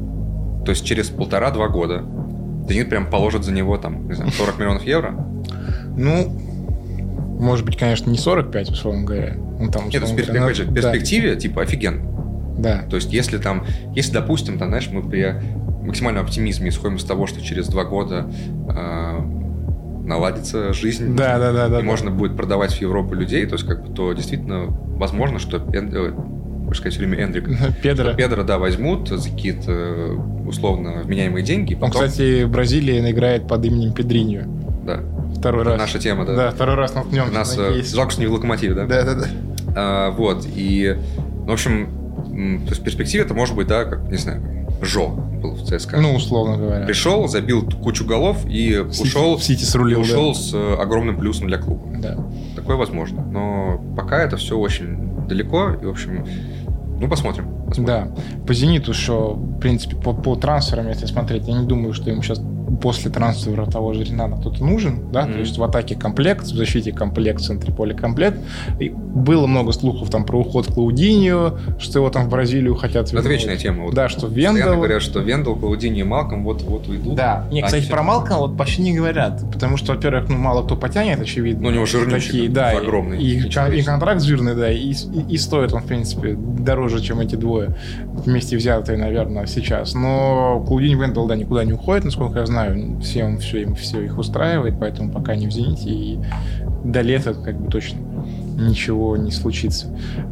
То есть через полтора-два года «Зенит» прям положит за него, там, не знаю, сорок миллионов евро. Ну, может быть, конечно, не сорок пять, условно говоря. Он там, условно, Нет, говоря, опять же, в перспективе, да. типа, офигенно. Да. То есть если там, если, допустим, там, знаешь, мы при максимальном оптимизме исходим из того, что через два года э, наладится жизнь, да, да, да, и да, можно да. будет продавать в Европу людей, то есть как бы, то действительно возможно, что э, можно сказать все время Эндрик, Педро. Педро, да, возьмут за какие-то условно вменяемые деньги. Потом... Он, кстати, в Бразилии играет под именем Педриньо. Да. Второй раз. Наша тема, да. Да, второй раз наткнемся. Нас жалко, что не в «Локомотиве», да? Да, да, да. А, вот, и, в общем, то есть в перспективе это может быть, да, как, не знаю, Жо был в ЦСКА. Ну, условно говоря. Пришел, забил кучу голов и в ушел, в Сити срулил, ушел да. с огромным плюсом для клуба. Да. Такое возможно. Но пока это все очень далеко, и, в общем, ну, посмотрим. посмотрим. Да. По «Зениту» еще, в принципе, по, по трансферам, если смотреть, я не думаю, что им сейчас после трансфера того же Ренана кто-то нужен, да, mm-hmm. то есть в атаке комплект, в защите комплект, в центре поля комплект. И было много слухов там про уход Клаудиньо, что его там в Бразилию хотят вернуть. Это вечная тема. Вот да, что Вендел... Постоянно говорят, что Вендел, Клаудиньо и Малком вот-вот уйдут. Да. Не, кстати, все... про Малкома вот почти не говорят, потому что, во-первых, ну, мало кто потянет, очевидно. Ну, у него жирнющий, да, огромный. И, и, и контракт жирный, да, и, и, и стоит он, в принципе, дороже, чем эти двое вместе взятые, наверное, сейчас. Но Клаудиньо и Вендел, да, никуда не уходит, насколько я знаю. Все, он, все, им, все их устраивает, поэтому пока не в «Зените», и до лета как бы точно ничего не случится.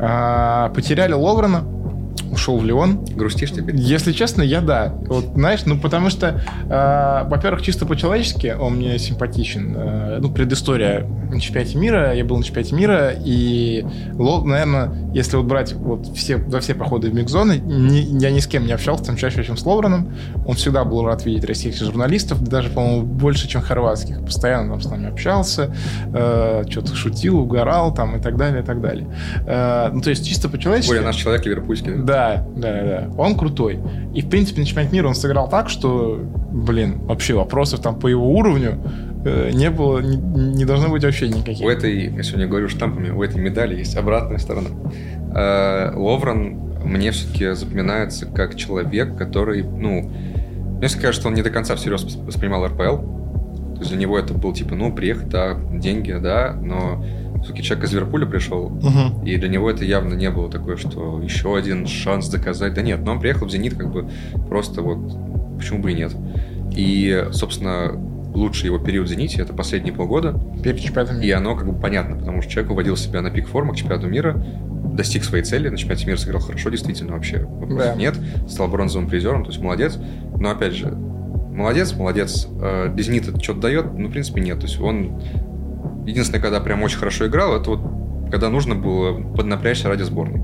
А, потеряли Ловрена, ушел в Лион. Грустишь теперь? Если честно, я да. Вот, знаешь, ну потому что, э, во-первых, чисто по-человечески он мне симпатичен. Э, ну, предыстория на чемпионате мира. Я был на чемпионате мира, и, наверное, если вот брать вот все, за все походы в микс-зоны, ни, я ни с кем не общался, там чаще, чем с Ловреном. Он всегда был рад видеть российских журналистов, даже, по-моему, больше, чем хорватских. Постоянно там с нами общался, э, что-то шутил, угорал там и так далее, и так далее. Э, ну, то есть чисто по-человечески. Ой, наш человек ливерпульский. Да. Да, да, да. Он крутой. И, в принципе, на чемпионате мира он сыграл так, что, блин, вообще вопросов там по его уровню э, не было, не, не должно быть вообще никаких. У этой, я сегодня говорю штампами, у этой медали есть обратная сторона. Ловрен мне все-таки запоминается как человек, который, ну, мне кажется, что он не до конца всерьез воспринимал эр пэ эл. То есть для него это был типа, ну, приехать, да, деньги, да, но все-таки человек из Ливерпуля пришел, угу. и для него это явно не было такое, что еще один шанс доказать. Да нет, но он приехал в «Зенит» как бы просто вот, почему бы и нет. И, собственно, лучший его период в «Зените» — это последние полгода. Перед чемпионатом мира. И оно как бы понятно, потому что человек выводил себя на пик формы к чемпионату мира, достиг своей цели, на чемпионате мира сыграл хорошо, действительно, вообще вопросов да. нет, стал бронзовым призером, то есть молодец. Но, опять же, молодец, молодец. Для «Зенита» это что-то дает? Ну, в принципе, нет. То есть он... Единственное, когда прям очень хорошо играл, это вот когда нужно было поднапрячься ради сборной.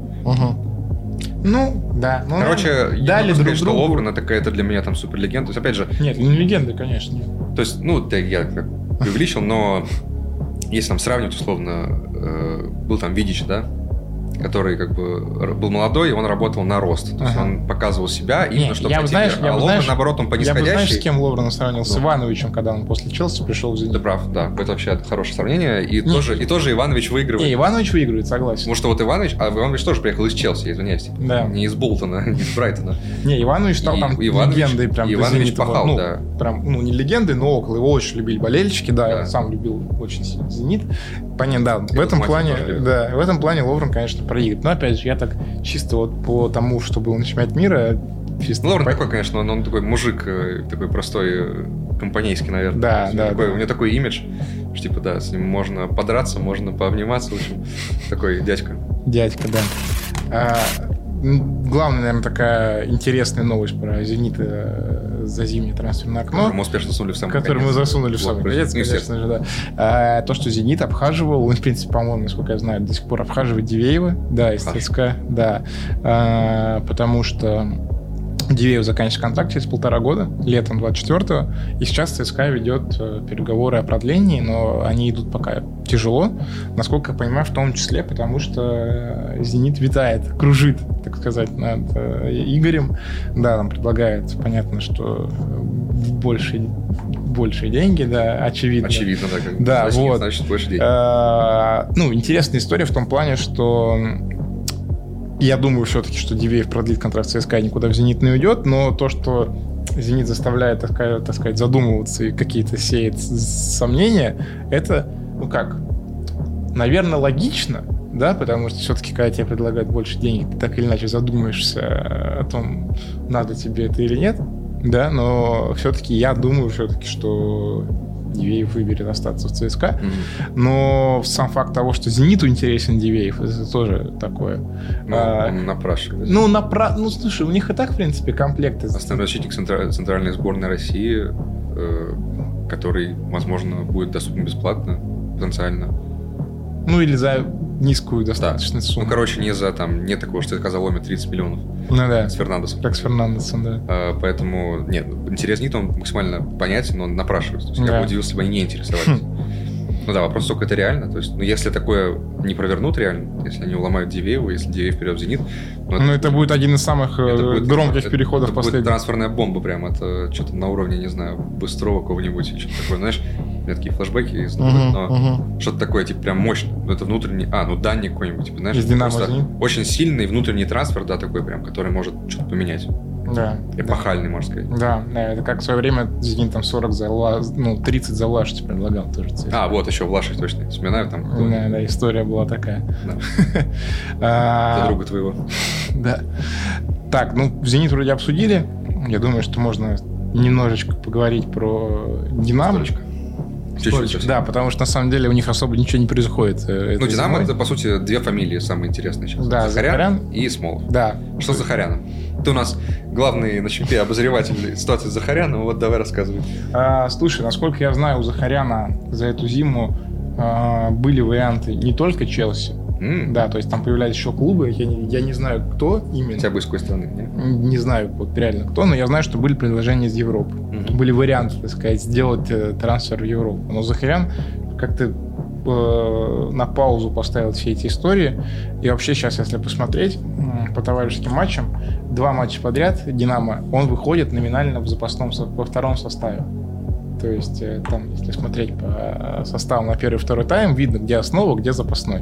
Угу. Ну, да. Ну, Короче, дали я могу друг сказать, что другу. Ловрен это какая-то для меня там суперлегенда. То есть, опять же... Нет, не легенда, конечно. Нет. То есть, ну, да, я как преувеличил, но если там сравнивать, условно, э, был там Видич, да, который как бы был молодой, и он работал на рост. То есть ага. он показывал себя именно, Нет, чтобы я пойти знаешь, вверх. я А Ловрен, знаешь, наоборот, он по Я бы, нисходящей. знаешь, с кем Ловрена сравнил? Ну. С Ивановичем, когда он после Челси пришел в «Зенит». Ты прав, да. Это вообще хорошее сравнение. И, тоже, и тоже Иванович выигрывает. Не, Иванович выигрывает, согласен. Потому что вот Иванович... А Иванович тоже приехал из Челси, извиняюсь. Да. Не из Болтона, не из Брайтона. Не, Иванович стал и, там Иванович, легендой. Прям Иванович пахал, ну, да. Прям, ну, не легендой, но около. Его очень любили болельщики, да. да. Я сам любил очень сильно «Зенит». Понятно, да. В этом, плане, да, в этом плане Ловрен, конечно, проигрывает. Но, опять же, я так чисто вот по тому, что было на чемпионате мира... Ну, Ловрен по... такой, конечно, он, он такой мужик, такой простой, компанейский, наверное. Да, да, такой, да. У него такой имидж, что, типа, да, с ним можно подраться, можно пообниматься, в общем, такой дядька. Дядька, да. А, главная, наверное, такая интересная новость про «Зенит» за зимнее трансферное окно. Который мы успешно засунули в самый Который конец. мы засунули в самый конец, конечно же, да. А, то, что «Зенит» обхаживал, он, в принципе, по-моему, насколько я знаю, до сих пор обхаживает Дивеева, да, из ЦСКА, да. А, потому что Дивеев заканчивает контракт через полтора года, летом двадцать четвёртого, и сейчас ЦСКА ведет переговоры о продлении, но они идут пока тяжело, насколько я понимаю, в том числе, потому что «Зенит» витает, кружит, так сказать, над Игорем. Да, там предлагают, понятно, что большие, большие деньги, да, очевидно. Очевидно, да. Как да, значит, вот. Значит, больше денег. А, ну, интересная история в том плане, что я думаю все-таки, что Дивеев продлит контракт с ЦСКА и никуда в «Зенит» не уйдет, но то, что «Зенит» заставляет, так сказать, так сказать задумываться и какие-то сеет сомнения, это, ну как, наверное, логично, да, потому что все-таки, когда тебе предлагают больше денег, ты так или иначе задумаешься о том, надо тебе это или нет, да, но все-таки я думаю все-таки, что Дивеев выберет остаться в ЦСКА, mm-hmm. но сам факт того, что «Зениту» интересен Дивеев, это тоже такое. Ну, а, он напрашивается. Ну, напра... ну, слушай, у них и так, в принципе, комплекты. Основной защитник центра... центральной сборной России, э, который, возможно, будет доступен бесплатно, потенциально. Ну, или за низкую достаточно да. сумму. Ну, короче, не за там, нет такого, что ЦСКА заломит тридцать миллионов. Ну да. С Фернандесом. Как с Фернандесом, да. А, поэтому, нет, интерес «Зенита», он максимально понятен, но он напрашивается. То есть да. я бы удивился, если бы они не интересовались. Ну да, вопрос, сколько это реально. То есть, ну, если такое не провернут реально, если они уломают Дивеева, если Дивеев вперед в «Зенит», ну, это, это будет один из самых будет, громких это, переходов это последних. Это будет трансферная бомба прям. Это что-то на уровне, не знаю, Быстрова какого-нибудь. Что-то такое, знаешь, у меня такие флешбеки есть. Uh-huh, но uh-huh. что-то такое, типа, прям мощное. Ну, это внутренний... А, ну, Данник какой-нибудь, типа, знаешь. Из «Динамо», «Зенит». Очень сильный внутренний трансфер, да, такой прям, который может что-то поменять. Да. Эпохальный, да. можно сказать. Да, да, это как в свое время «Зенит» там сорок за Ла... ну, тридцать за Влашич предлагал тоже. А, вот еще Влашич, точно. Вспоминаю там. Да, да, история была такая. Да. За друга твоего. Да. Так, ну, «Зенит» вроде обсудили. Я думаю, что можно немножечко поговорить про «Динамо». Чуть-чуть. Да, потому что на самом деле у них особо ничего не происходит. Ну, «Динамо» — это, по сути, две фамилии самые интересные сейчас. Да, Захарян, Захарян и Смолов. Да. Что с Захаряном? Ты у нас главный на чемпионате обозреватель ситуации с Захаряном, вот давай рассказывай. А, слушай, насколько я знаю, у Захаряна за эту зиму а, были варианты не только Челси. Mm. Да, то есть там появлялись еще клубы, я не, я не знаю, кто именно. Хотя бы из какой страны, не? Не знаю, вот реально кто, но я знаю, что были предложения из Европы. Mm-hmm. Были варианты, так сказать, сделать э, трансфер в Европу. Но Захарян как-то э, на паузу поставил все эти истории. И вообще сейчас, если посмотреть э, по товарищеским матчам, два матча подряд «Динамо», он выходит номинально в запасном, во втором составе. То есть э, там, если смотреть по составу на первый и второй тайм, видно, где основа, где запасной.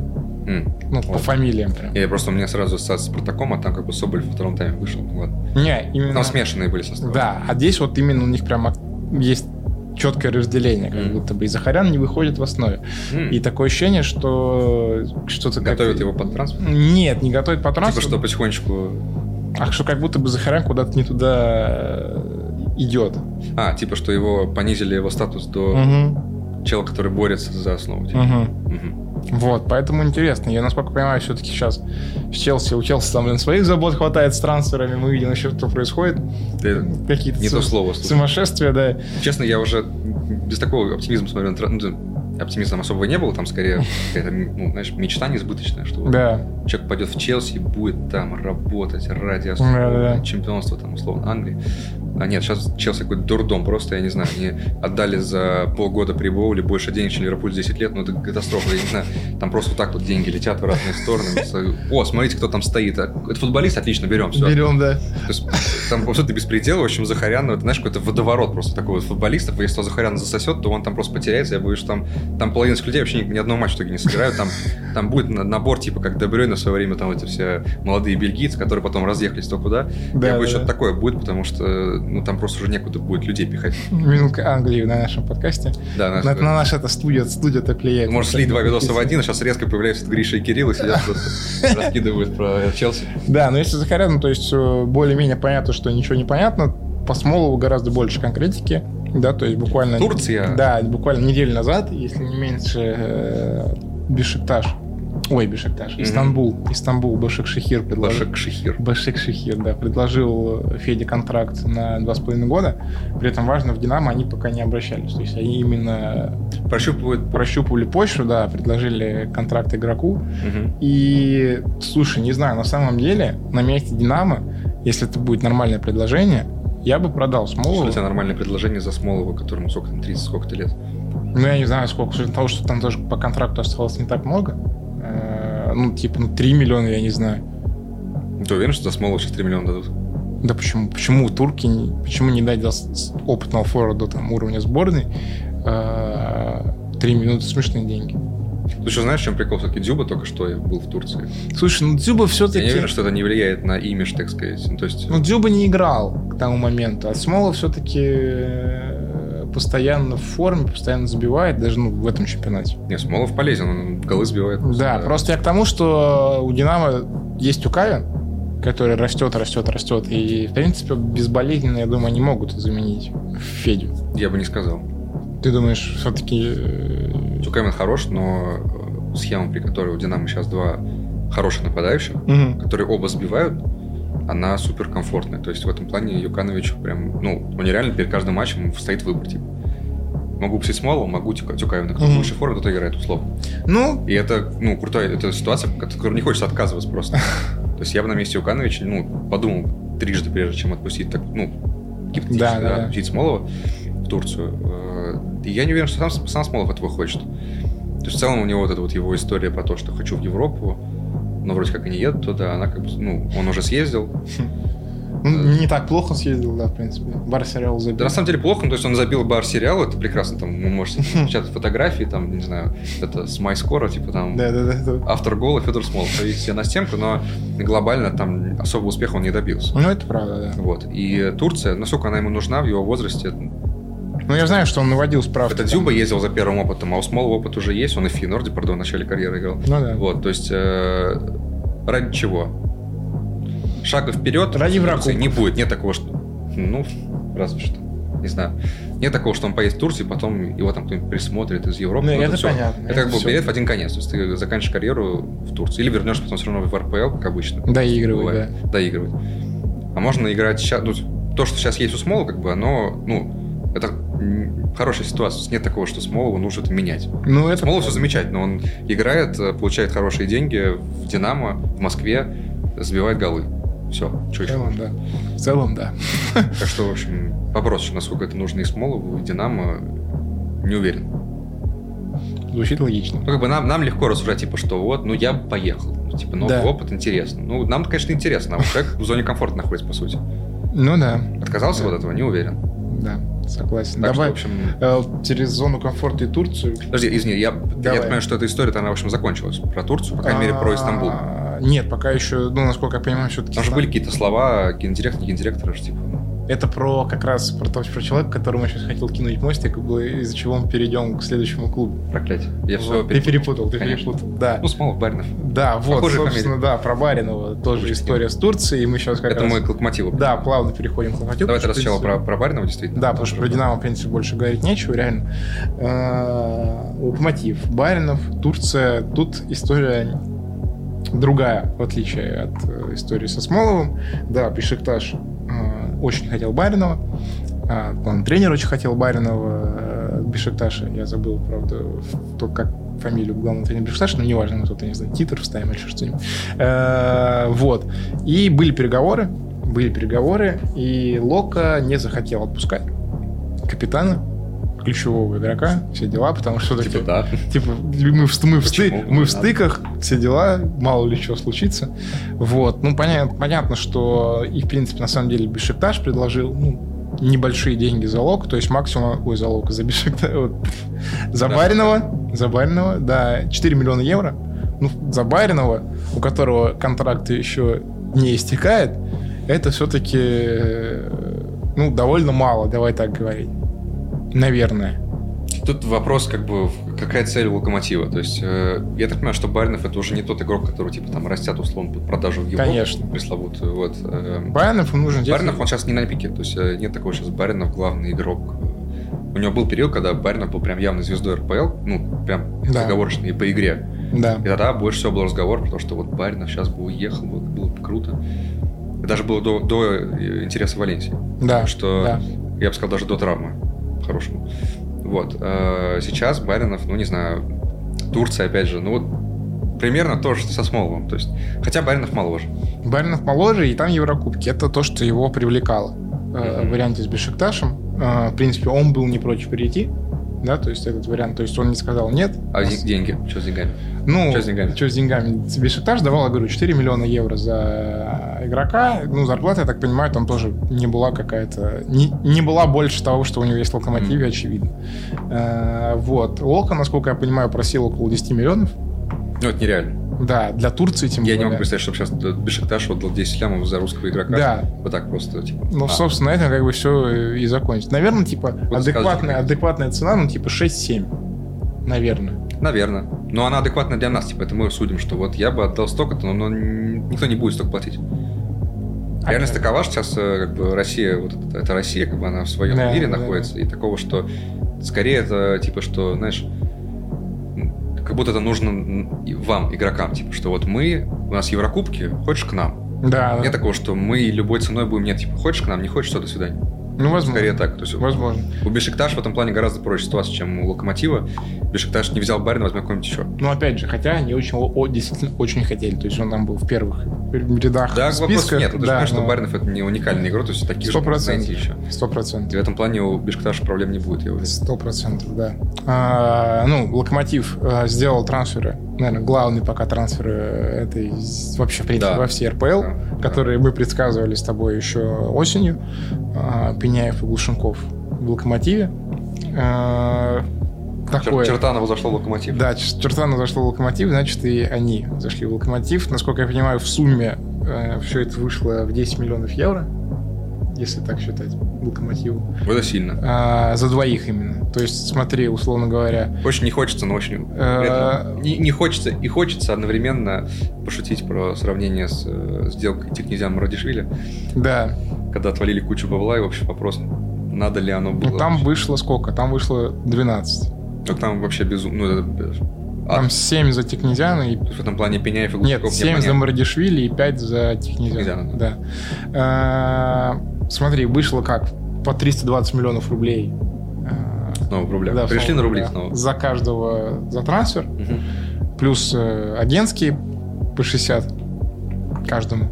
Mm. Ну, вот. По фамилиям прям. Я просто у меня сразу ассоциация с Спартаком, а там как бы Соболь во втором тайме вышел. Ну, ладно. Не, именно... Там смешанные были составы. Да, а здесь вот именно у них прямо есть четкое разделение, как mm. будто бы. И Захарян не выходит в основе. Mm. И такое ощущение, что что-то как... Готовят его под трансфер? Нет, не готовят под трансфер. Типа что потихонечку... А что как будто бы Захарян куда-то не туда идет. А, типа что его понизили его статус до угу. чела, который борется за основу. Типа. Угу. Угу. Вот, поэтому интересно. Я, насколько понимаю, все-таки сейчас в Челси, у Челси там, блин, своих забот хватает с трансферами. Мы видим еще, что происходит. Да, какие-то не су- то слово. Сумасшествия, да. Честно, я уже без такого оптимизма смотрю на трансфер. Оптимизма особого не было, там скорее какая-то, ну, знаешь, мечта несбыточная, что да. человек пойдет в Челси и будет там работать ради да, да. чемпионства, там, условно, Англии. А нет, сейчас Челси какой-то дурдом просто, я не знаю, они отдали за полгода при Боуле больше денег, чем Ливерпуль десять лет, ну это катастрофа, я не знаю, там просто вот так вот деньги летят в разные стороны. О, смотрите, кто там стоит. Это футболист, отлично, берем, все. Берем, да. То есть там просто беспредел, в общем, Захарян, это, знаешь, какой-то водоворот просто такой вот футболистов, если Захарян засосет, то он там просто потеряется, я боюсь, что там, там половина людей вообще ни, ни одного матча в итоге не сыграют, там, там будет набор, типа, как Де Брюйне в свое время, там эти все молодые бельгийцы, которые потом разъехались то куда. Да, я боюсь, да, что-то да. такое будет, потому что, ну, там просто уже некуда будет людей пихать. Минутка Англии на нашем подкасте. Да, наш, на, на наша эта студия, студия так влияет. Можешь слить два видоса в один, а сейчас резко появляются Гриша и Кирилл и сидят просто раскидывают про Челси. Да, но если Захарян, то есть более-менее понятно, что ничего не понятно, по Смолову гораздо больше конкретики, да, то есть буквально... Турция. Да, буквально неделю назад, если не меньше, э, Бешикташ. Ой, Бешикташ. Mm-hmm. Истанбул. Истанбул. Башик-Шехир предложил. Башик-Шехир. Башик-Шехир, да. Предложил Феде контракт на два с половиной года. При этом важно, в Динамо они пока не обращались. То есть они именно прощупывают. Прощупывали почву, да, предложили контракт игроку. Mm-hmm. И, слушай, не знаю, на самом деле, на месте Динамо, если это будет нормальное предложение, я бы продал Смолову. Что у тебя нормальное предложение за Смолова, которому сколько там, тридцать, сколько-то лет? Ну, я не знаю, сколько. С учетом того, что там тоже по контракту оставалось не так много. Ну, типа, ну, три миллиона, я не знаю. Ты уверен, что за Смолова сейчас три миллиона дадут? Да почему? Почему турки, почему не дать опытного форварда там уровня сборной три миллиона? Смешные деньги. Ты что, знаешь, в чем прикол? Все-таки Дзюба только что я был в Турции. Слушай, ну Дзюба все-таки... Я не уверен, что это не влияет на имидж, так сказать. Ну, то есть... ну Дзюба не играл к тому моменту, а Смолов все-таки постоянно в форме, постоянно забивает, даже ну, в этом чемпионате. Не, Смолов полезен, он голы сбивает. Просто, да, да, просто я к тому, что у Динамо есть Тюкавин, который растет, растет, растет, и, в принципе, безболезненно, я думаю, они могут заменить Федю. Я бы не сказал. Ты думаешь, все-таки... Тюкавин хорош, но схема, при которой у Динамо сейчас два хороших нападающих, угу. которые оба сбивают, она супер комфортная. То есть в этом плане Юканович прям, ну, он нереально перед каждым матчем стоит выбор, типа. Могу пустить Смолова, могу Тюкавина. Кто в лучшей форме, тот играет, условно. Ну... И это, ну, крутая, это ситуация, от которой не хочется отказываться просто. То есть я бы на месте Юкановича, ну, подумал трижды, прежде чем отпустить, так, ну, гипотетически, да, отпустить Смолова в Турцию. И я не уверен, что сам, сам Смолов этого хочет. То есть в целом у него вот эта вот его история про то, что хочу в Европу, но вроде как и не еду туда, она как бы, ну, он уже съездил. Ну, не так плохо съездил, да, в принципе. Бар-сериал забил. Да, на самом деле плохо, то есть он забил бар-сериал, это прекрасно, там, вы можете печатать фотографии, там, не знаю, это с MyScore, типа там, да, да, да, автор гола Федор Смолов, повесить себе на стенку, но глобально там особого успеха он не добился. Ну, это правда, да. Вот, и Турция, насколько она ему нужна в его возрасте. Ну, я знаю, что он наводил справки. Это Дзюба ездил за первым опытом, а у Смолова опыт уже есть, он и в Фейнорде, пардон, в начале карьеры играл. Ну, да. Вот, то есть, э, ради чего? Шага вперед. Ради врагов. Не будет, нет такого, что... Ну, разве что. Не знаю. Нет такого, что он поедет в Турцию, потом его там кто-нибудь присмотрит из Европы. Ну, это, это все. понятно. Это, это как бы билет в один конец. То есть ты заканчиваешь карьеру в Турции. Или вернешься потом все равно в эр пэ эл, как обычно. Доигрывать, да. Доигрывать. А можно играть сейчас... Ну, то, что сейчас есть у Смолова, как бы, оно... Ну, это хорошая ситуация. Нет такого, что Смолову нужно это менять. Ну, это Смолов все замечательно. Он играет, получает хорошие деньги в Динамо, в Москве, забивает голы. Все, что еще? В целом, да. В целом, да. Так что, в общем, вопрос, насколько это нужно и Смолову, и Динамо, не уверен. Звучит логично. Ну, как бы нам, нам легко рассуждать, типа, что вот, ну, я бы поехал. Ну, типа, новый да. опыт, интересно. Ну, нам, конечно, интересно. А вот человек в зоне комфорта находится, по сути. Ну, да. Отказался да. от этого? Не уверен. Да. Согласен. Так Давай что, в общем... э, через зону комфорта и Турцию. Подожди, извини, я, я понимаю, что эта история, она, в общем, закончилась. Про Турцию, по крайней мере, про Истамбул. Нет, пока еще, ну, насколько я понимаю, все-таки... Там же были какие-то слова, гендиректор, не гендиректор, типа... Это про как раз про, то, про человека, которому я сейчас хотел кинуть мостик, из-за чего мы перейдем к следующему клубу. Проклятие. Я вот. все Ты перепутал, ты Конечно. перепутал. Да. Ну, Смолов, Баринов. Да, вот, Похожие собственно, фамилии. да, про Баринова тоже Похожие история с Турцией, и мы сейчас как Это раз... мой к Локомотиву. Да, плавно переходим к Локомотиву. Давай тогда сначала принципе... про, про Баринова, действительно. Да, потому что про Динамо, в принципе, больше говорить нечего, реально. Локомотив, Баринов, Турция. Тут история другая, в отличие от истории со Смоловым. Да, Бешикташ очень хотел Баринова. А, главный тренер очень хотел Баринова, Бешикташа. Я забыл, правда, то, как фамилию главного тренера Бешикташа, но неважно, мы тут, я не знаю, титр вставим или что-нибудь. А, вот. И были переговоры, были переговоры, и Лока не захотел отпускать капитана, ключевого игрока, все дела, потому что все-таки... Типа, да. Типа, мы в, мы в, сты, мы в стыках, все дела, мало ли что случится. Вот. Ну, понятно, понятно, что и, в принципе, на самом деле, Бешикташ предложил, ну, небольшие деньги за Лок, то есть максимум, ой, за Лок, за Бешикташ, вот, за да, Баринова, за Баринова, да, четыре миллиона евро. Ну, за Баринова, у которого контракт еще не истекает, это все-таки, ну, довольно мало, давай так говорить. Наверное. Тут вопрос, как бы, какая цель у Локомотива. То есть, э, я так понимаю, что Баринов это уже не тот игрок, который, типа, там, растят, условно, под продажу в Европу. Конечно. Пресловутую. Вот, э, Баринов ему нужен... Баринов, он сейчас не на пике. То есть, э, нет такого сейчас Баринов главный игрок. У него был период, когда Баринов был прям явно звездой эр пэ эл, ну, прям да. Разговорочный и по игре. Да. И тогда больше всего был разговор про то, что вот Баринов сейчас бы уехал, было, было бы круто. Это даже было до, до интереса Валенсии. Да. Потому что, да. я бы сказал, даже до травмы. Хорошему. Вот. Сейчас Баринов, ну, не знаю, Турция, опять же, ну, вот примерно то же, что со Смоловым. То есть, хотя Баринов моложе. Баринов моложе, и там Еврокубки. Это то, что его привлекало mm-hmm. в варианте с Бешикташем. В принципе, он был не против перейти. Да, то есть этот вариант, то есть он не сказал нет. А деньги? Что с деньгами? Ну, что с деньгами? Что с деньгами? Бешикташ давал, я говорю, четыре миллиона евро за игрока. Ну, зарплата, я так понимаю, там тоже не была какая-то... Не, не была больше того, что у него есть в Локомотиве, mm. очевидно. А, вот. Лока, насколько я понимаю, просил около десять миллионов. Ну, это нереально. Да, для Турции тем более. Я не могу представить, чтобы сейчас Бешикташ отдал десять лямов за русского игрока. Да. Вот так просто, типа... Ну, а. собственно, на этом как бы все и закончится. Наверное, типа, адекватная, адекватная цена, ну, типа, шесть-семь. Наверное. Наверное. Но она адекватна для нас, типа, это мы судим, что вот я бы отдал столько-то, но, но никто не будет столько платить. А реальность такова, что сейчас как бы Россия, вот это, это Россия, как бы она в своем да, мире да, находится, да. И такого, что скорее это, типа, что, знаешь... Как будто это нужно вам, игрокам, типа, что вот мы, у нас Еврокубки, хочешь к нам? Да. Нет да. такого, что мы любой ценой будем, нет, типа, хочешь к нам, не хочешь, все, до свидания. Ну, возможно. Скорее так. То есть, возможно. У Бешикташа в этом плане гораздо проще ситуация, чем у Локомотива. Бешикташ не взял Барина, возьмем какой-нибудь еще. Ну, опять же, хотя они очень, о, действительно очень хотели. То есть он там был в первых рядах да, списках. Вопросов нет. Ты да, понимаешь, но... что Баринов это не уникальный игрок, то есть таких же можно найти еще. Сто процентов. И в этом плане у Бешикташа проблем не будет, я уверен. Сто процентов, да. А, ну, Локомотив а, сделал трансферы, наверное, главный пока трансферы этой вообще, в принципе, да. во всей эр пэ эл, да, которые да. мы предсказывали с тобой еще осенью. А, Пеняев и Глушенков в Локомотиве. А, такое. Чертанова зашло в Локомотив. Да, Чертанова зашло в Локомотив, значит, и они зашли в Локомотив. Насколько я понимаю, в сумме э, все это вышло в десять миллионов евро, если так считать, Локомотиву. Это сильно. А, за двоих именно. То есть, смотри, условно говоря... Очень не хочется, но очень... А... Не, не хочется и хочется одновременно пошутить про сравнение с э, сделкой Тикнезян Мурадишвили. Да. Когда отвалили кучу бабла, и вообще вопрос, надо ли оно было. Ну, там вообще. Вышло сколько? Там вышло двенадцать. Так там вообще безумно. Ну, там семь за Тикнезяна. И... В этом плане Пеняев и Глушенков. Нет, семь за Мурадишвили и пять за Тикнезяна. Да. А, смотри, вышло как? По триста двадцать миллионов рублей. Снова в рублях. Да, Пришли снова, на рубли да. снова. За каждого, за трансфер. Угу. Плюс э, агентские по шестьдесят каждому.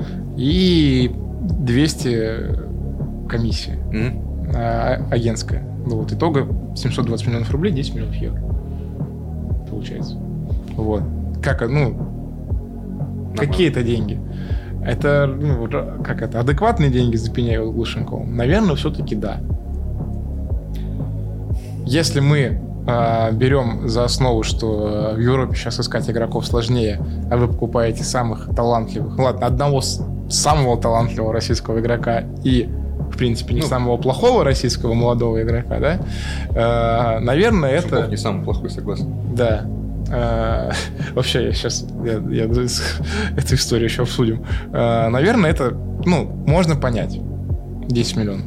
И двести комиссии. Mm-hmm. а, агентская. Ну, вот итога семьсот двадцать миллионов рублей, десять миллионов евро. Получается. Вот. Как, ну, Нормально. Какие это деньги? Это, ну, как это, адекватные деньги за Пеняева и Глушенкова? Наверное, все-таки да. если мы э, берем за основу, что в Европе сейчас искать игроков сложнее, а вы покупаете самых талантливых, ладно, одного с, самого талантливого российского игрока и, в принципе, не ну, самого плохого российского молодого игрока, да, э, наверное, это... Шумов не самый плохой, согласен. Да. Э, вообще, я сейчас я, я, эту историю еще обсудим. Э, наверное, это, ну, можно понять. десять миллионов.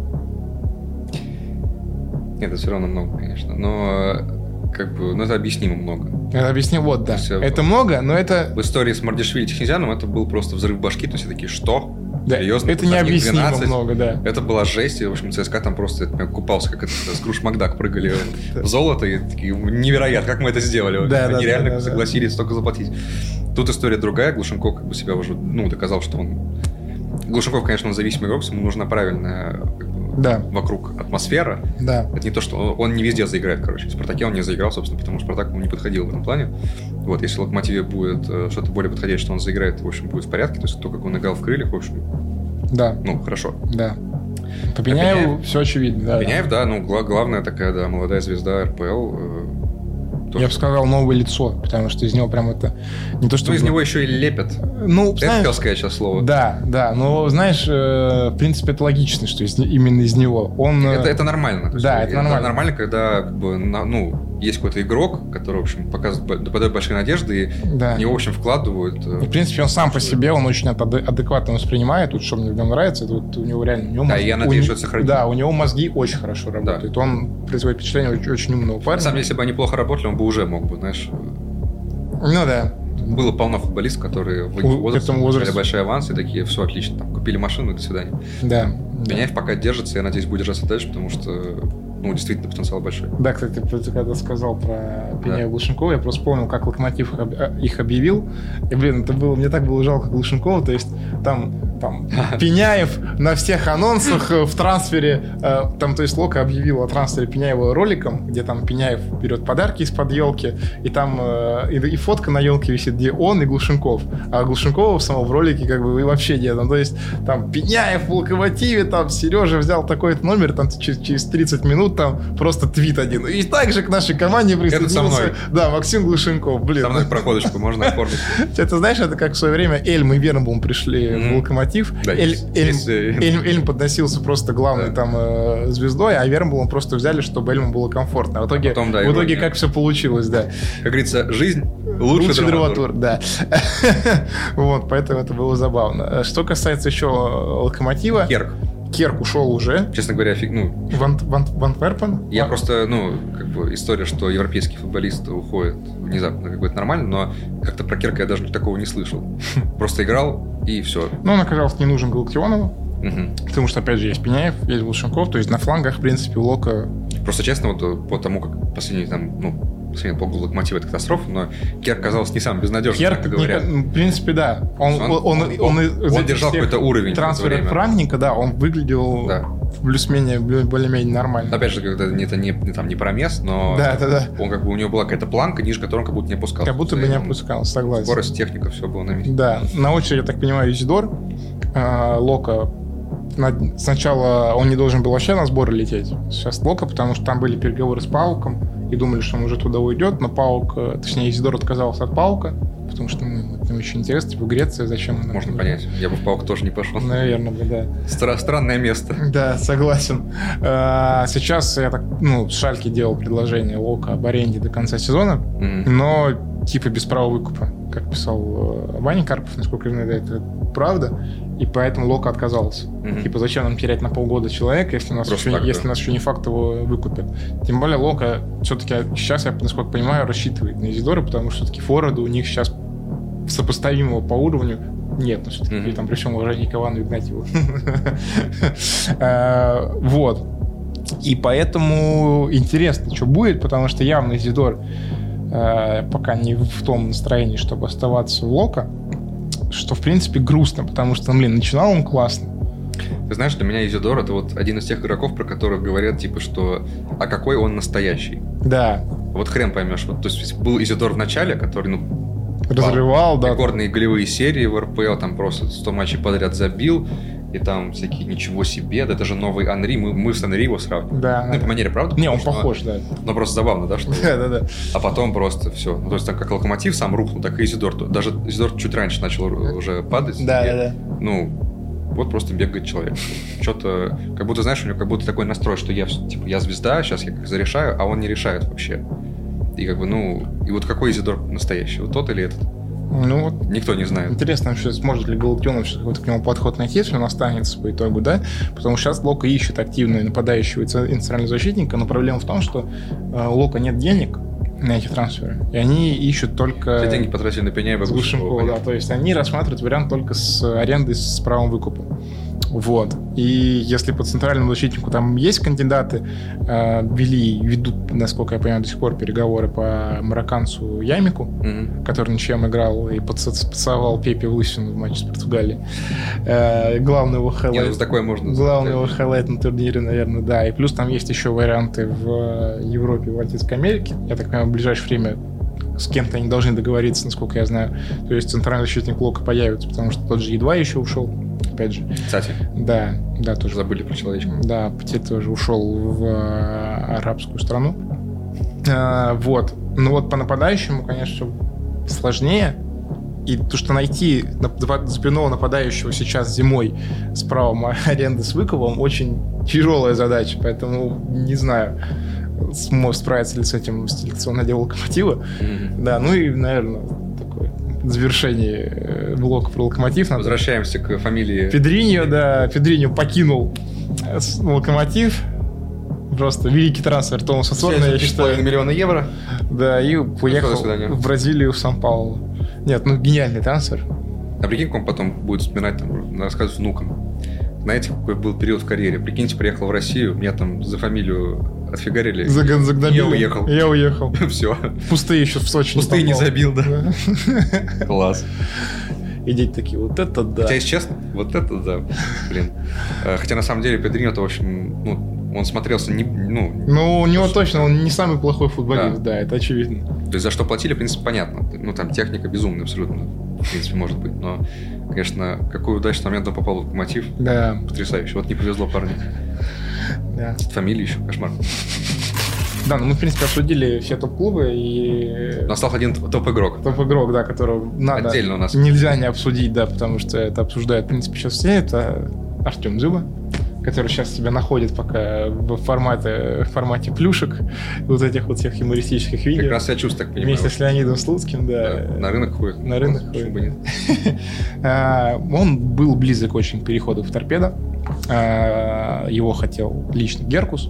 Нет, это все равно много, конечно. Но как бы, ну, это объяснимо много. Это объяснимо, вот, да. Есть, это много, но это... В истории с Мардишвили и Технезяном это был просто взрыв башки, то есть все такие, что? Да, серьезно? Это не объяснимо много, да. Это была жесть, и, в общем, ЦСКА там просто купался, как это, Скруш Макдак прыгали в золото, и такие, невероятно, как мы это сделали. Да, да, нереально да, да, согласились столько заплатить. Тут история другая, Глушенков как бы себя уже, ну, доказал, что он... Глушенков, конечно, он зависимый игрок, ему нужна правильная как бы, да. вокруг атмосфера. Да. Это не то, что он, он не везде заиграет, короче. В «Спартаке» он не заиграл, собственно, потому что «Спартак» ему не подходил в этом плане. Вот, если в «Локомотиве» будет э, что-то более подходящее, что он заиграет, в общем, будет в порядке. То есть то, как он играл в «Крыльях», в общем, да. ну, хорошо. Да. По Пеняеву Пеняев, все очевидно. Да, Пеняев, да, ну, гла- главная такая, да, молодая звезда эр пэ эл. Э, тоже. Я бы сказал, новое лицо, потому что из него прям это... Не то, что... Ну, из него еще и лепят. Ну, это хотел сказать сейчас слово. Да, да, но, знаешь, э, в принципе, это логично, что из, именно из него. Он... Это, это нормально. Да, это, это нормально. нормально, когда, как бы, на, ну, есть какой-то игрок, который, в общем, показывает, подает большие надежды, и да. в него, в общем, вкладывают. И, в принципе, он сам по себе, он очень адекватно воспринимает. Вот что мне в нем нравится, это вот у него реально... У него да, мозги, я надеюсь, у, что это сохранится. Да, у него мозги очень хорошо работают. Да. Он производит впечатление очень, очень умного парня. На самом деле, если бы они плохо работали, он бы уже мог бы, знаешь... Ну да. Было полно футболистов, которые в этому возрасте возрасте получали большие авансы, и такие, все отлично, там, купили машину, до свидания. Да. Пеняев да. пока держится, я надеюсь, будет держаться дальше, потому что, ну, действительно, потенциал большой. Да, кстати, ты когда сказал про Пеняева и Глушенкова, я просто вспомнил, как Локомотив их объявил. И, блин, это было, мне так было жалко Глушенкова, то есть там, там Пеняев на всех анонсах в трансфере, там, то есть Лока объявил о трансфере Пеняева роликом, где там Пеняев берет подарки из-под елки, и там и, и фотка на елке висит, где он и Глушенков. А Глушенкова самого в ролике как бы вообще нет. Ну, то есть там Пеняев в Локомотиве, там Сережа взял такой-то номер, там через, через тридцать минут там просто твит один. И также к нашей команде присоединился... Да, Максим Глушенков, блин. Со мной проходочку можно оформить. Это, знаешь, это как в свое время Эльм и Вернбум пришли в Локомотив. Эльм подносился просто главной там звездой, а Вернбум просто взяли, чтобы Эльму было комфортно. В итоге, в итоге как все получилось, да. Как говорится, жизнь лучше, лучше драматург. Да. Вот, поэтому это было забавно. Что касается еще Локомотива... Керк. Керк ушел уже. Честно говоря, фиг, ну... Ван, Ван, Ван Верпен? Я Ван... просто, ну, как бы история, что европейские футболисты уходят внезапно, как бы это нормально, но как-то про Керка я даже такого не слышал. Просто играл, и все. Ну, он оказался не нужен Галактионову. Угу. Потому что, опять же, есть Пеняев, есть Глушенков, то есть на флангах, в принципе, у Лока... Просто честно, вот по тому, как последний там, ну, последний полгода Локомотива это катастрофа, но Керк казался не самым безнадежным, Керк, как говорят. Не, в принципе, да. Он, он, он, он, он, он, он держал какой-то уровень. Трансфер Франгника, да, он выглядел да. плюс-менее, более-менее нормально. Опять же, это не, это не, не, там, не про мест, но да, да, да. Он, как бы, у него была какая-то планка, ниже которой он как будто не опускался. Как будто бы не опускался, согласен. Скорость, техника, все было на месте. Да, на очереди, я так понимаю, Изидор, э, Лока. Сначала он не должен был вообще на сборы лететь. Сейчас Лока, потому что там были переговоры с Пауком, и думали, что он уже туда уйдет, но Паук, точнее, Изидор отказался от Паука, потому что ну, это очень интересно, типа Греция, зачем он... Можно понять, я бы в Паук тоже не пошел. Наверное, бы, да. Стра- странное место. Да, согласен. А, сейчас я так, ну, Шальке делал предложение Лока об аренде до конца сезона, mm-hmm. но типа без права выкупа, как писал Ваня Карпов, насколько я знаю, это правда, и поэтому Лока отказался. Mm-hmm. Типа, зачем нам терять на полгода человека, если нас, еще, так, если да. нас еще не факт его выкупят. Тем более Лока все-таки сейчас, я, насколько понимаю, рассчитывает на Изидора, потому что все-таки форварда у них сейчас сопоставимого по уровню нет, но все-таки mm-hmm. там при всем уважении к Ивану Игнатьеву. Вот. И поэтому интересно, что будет, потому что явно Изидор пока не в том настроении, чтобы оставаться в Лока, что, в принципе, грустно, потому что, блин, начинал он классно. Ты знаешь, для меня Изидор — это вот один из тех игроков, про которых говорят, типа, что «а какой он настоящий?» Да. Вот хрен поймешь. Вот, то есть был Изидор в начале, который, ну... Разрывал, да. Рекордные голевые серии в эр пэ эл, там просто сто матчей подряд забил. и там всякие ничего себе, да это же новый Анри, мы, мы с Анри его сравниваем. Да. Ну, по манере, правда? Не, он Потому похож, что, да. Но просто забавно, да, что... Да, да, да. А потом просто все. Ну, то есть, так как Локомотив сам рухнул, так и Изидор. Даже Изидор чуть раньше начал уже падать. Да, и, да, да. Ну, вот просто бегает человек. Что-то, как будто, знаешь, у него как будто такой настрой, что я, типа, я звезда, сейчас я как зарешаю, а он не решает вообще. И как бы, ну, и вот какой Изидор настоящий? Вот тот или этот? Ну, вот никто не знает. Интересно, вообще, сможет ли Галактионов какой-то к нему подход найти, если он останется по итогу, да? Потому что сейчас Лока ищет активно нападающего инициального защитника, но проблема в том, что э, у Лока нет денег на эти трансферы, и они ищут только... Все деньги потратили на Пеняева и Глушенкова, да, то есть они рассматривают вариант только с арендой с правом выкупа. Вот. И если по центральному защитнику там есть кандидаты, э, вели, ведут, насколько я понимаю, до сих пор переговоры по марокканцу Ямику, mm-hmm. который ничем играл и поцеловал Пепе в лысину в матче с Португалией. Э, главный его хайлайт. Нет, такое можно главный его хайлайт на турнире, наверное, да. И плюс там есть еще варианты в Европе, в Латинской Америке. Я так понимаю, в ближайшее время с кем-то они должны договориться, насколько я знаю. То есть центральный защитник Лока появится, потому что тот же едва еще ушел. Опять же. Кстати. Да, да, тоже. Забыли про человечка. Да, Петит тоже ушел в арабскую страну. А, вот. Ну вот по нападающему, конечно, сложнее. И то, что найти запасного нападающего сейчас зимой с правом аренды с выкупом, очень тяжелая задача. Поэтому не знаю, справится ли с этим селекционный отдел Локомотива. Mm-hmm. Да, ну и, наверное, такое завершение блока про Локомотив. Возвращаемся к фамилии... Педриньо, да, Педриньо покинул Локомотив. Просто великий трансфер Томаса Сорна, я считаю. миллиона евро. Да, и поехал в Бразилию, в Сан-Паулу. Нет, ну гениальный трансфер. А прикинь, как он потом будет вспоминать, там, рассказывать внукам. Знаете, какой был период в карьере? Прикиньте, приехал в Россию, меня там за фамилию отфигарили. Загнобили. Я уехал. Я уехал. Все. Пустые еще в Сочи. Пустые не забил, да. Класс. И дети такие, вот это да. Хотя, если честно, вот это да. Блин. Хотя, на самом деле, Педриньо-то, в общем, ну, он смотрелся не... Ну, ну у него точно, он не самый плохой футболист, да. да, это очевидно. То есть, за что платили, в принципе, понятно. Ну, там техника безумная абсолютно, в принципе, может быть. Но, конечно, какой удачный момент он попал в Локомотив. Да. Потрясающе. Вот не повезло парню. Да. Фамилия еще, кошмар. Да, ну мы, в принципе, обсудили все топ-клубы и... У нас остался один топ-игрок. Топ-игрок, да, которого надо... Отдельно у нас. Нельзя не обсудить, да, потому что это обсуждают, в принципе, сейчас все. Это Артем Дзюба, который сейчас себя находит пока в формате, в формате плюшек, вот этих вот всех юмористических видео. Как раз я чувствую, так понимаю. Вместе с Леонидом Слуцким, да. да. На рынок ходит. На рынок ходит. Бы нет. Он был близок очень к переходу в Торпедо. Его хотел лично Геркус.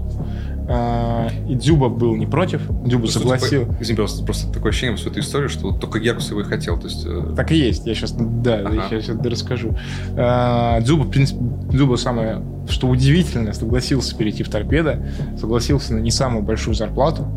И Дзюба был не против. Дзюба согласил. Извини, просто, просто такое ощущение, всю эту историю, что только Геркус его и хотел. То есть... Так и есть. Я сейчас, да, ага. я сейчас расскажу. Дзюба, в принципе, Дзюба самое, что удивительно, согласился перейти в Торпедо, согласился на не самую большую зарплату.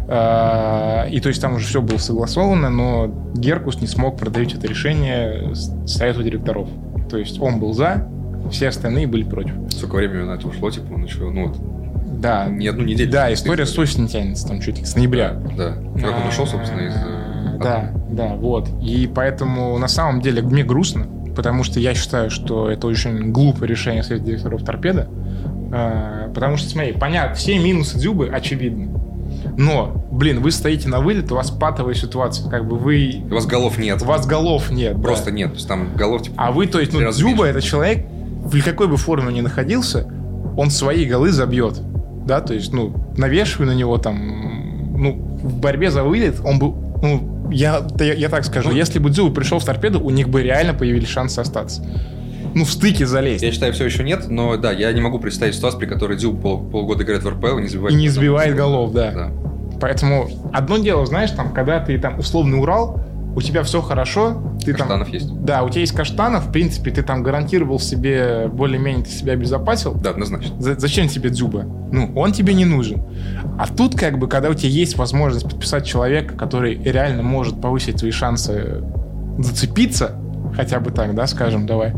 И то есть там уже все было согласовано, но Геркус не смог продавить это решение совету директоров. То есть он был за, все остальные были против. Сколько времени на это ушло, типа, он еще, ну вот... Да. Не одну неделю. Да, история с осени тянется, там чуть ли с ноября. Да. Как он ушел, собственно, из... Да, да, вот. И поэтому на самом деле мне грустно, потому что я считаю, что это очень глупое решение совета директоров Торпедо. Потому что, смотри, понятно, все минусы Дзюбы очевидны. Но, блин, вы стоите на вылет, у вас патовая ситуация, как бы вы... У вас голов нет. У вас голов нет. Просто да. нет, то есть там голов типа... А вы, то есть, ну, Дзюба — это человек, в какой бы форме он ни находился, он свои голы забьет. Да, то есть, ну, навешиваю на него там, ну, в борьбе за вылет он бы, ну, я, я, я так скажу, ну, если бы Дзюба пришел в Торпедо, у них бы реально появились шансы остаться. Ну, в стыке залезть. Я считаю, все еще нет, но да, я не могу представить ситуацию, при которой Дзюба пол, полгода играет в эр пэ эл и не забивает. И не сбивает голов, да. да. Поэтому одно дело, знаешь, там, когда ты там условный Урал, у тебя все хорошо. Ты Каштанов там, есть. Да, у тебя есть Каштанов, в принципе, ты там гарантировал себе, более-менее ты себя обезопасил. Да, однозначно. За- зачем тебе Дзюба? Ну, он тебе не нужен. А тут, как бы, когда у тебя есть возможность подписать человека, который реально может повысить твои шансы зацепиться, хотя бы так, да, скажем, давай,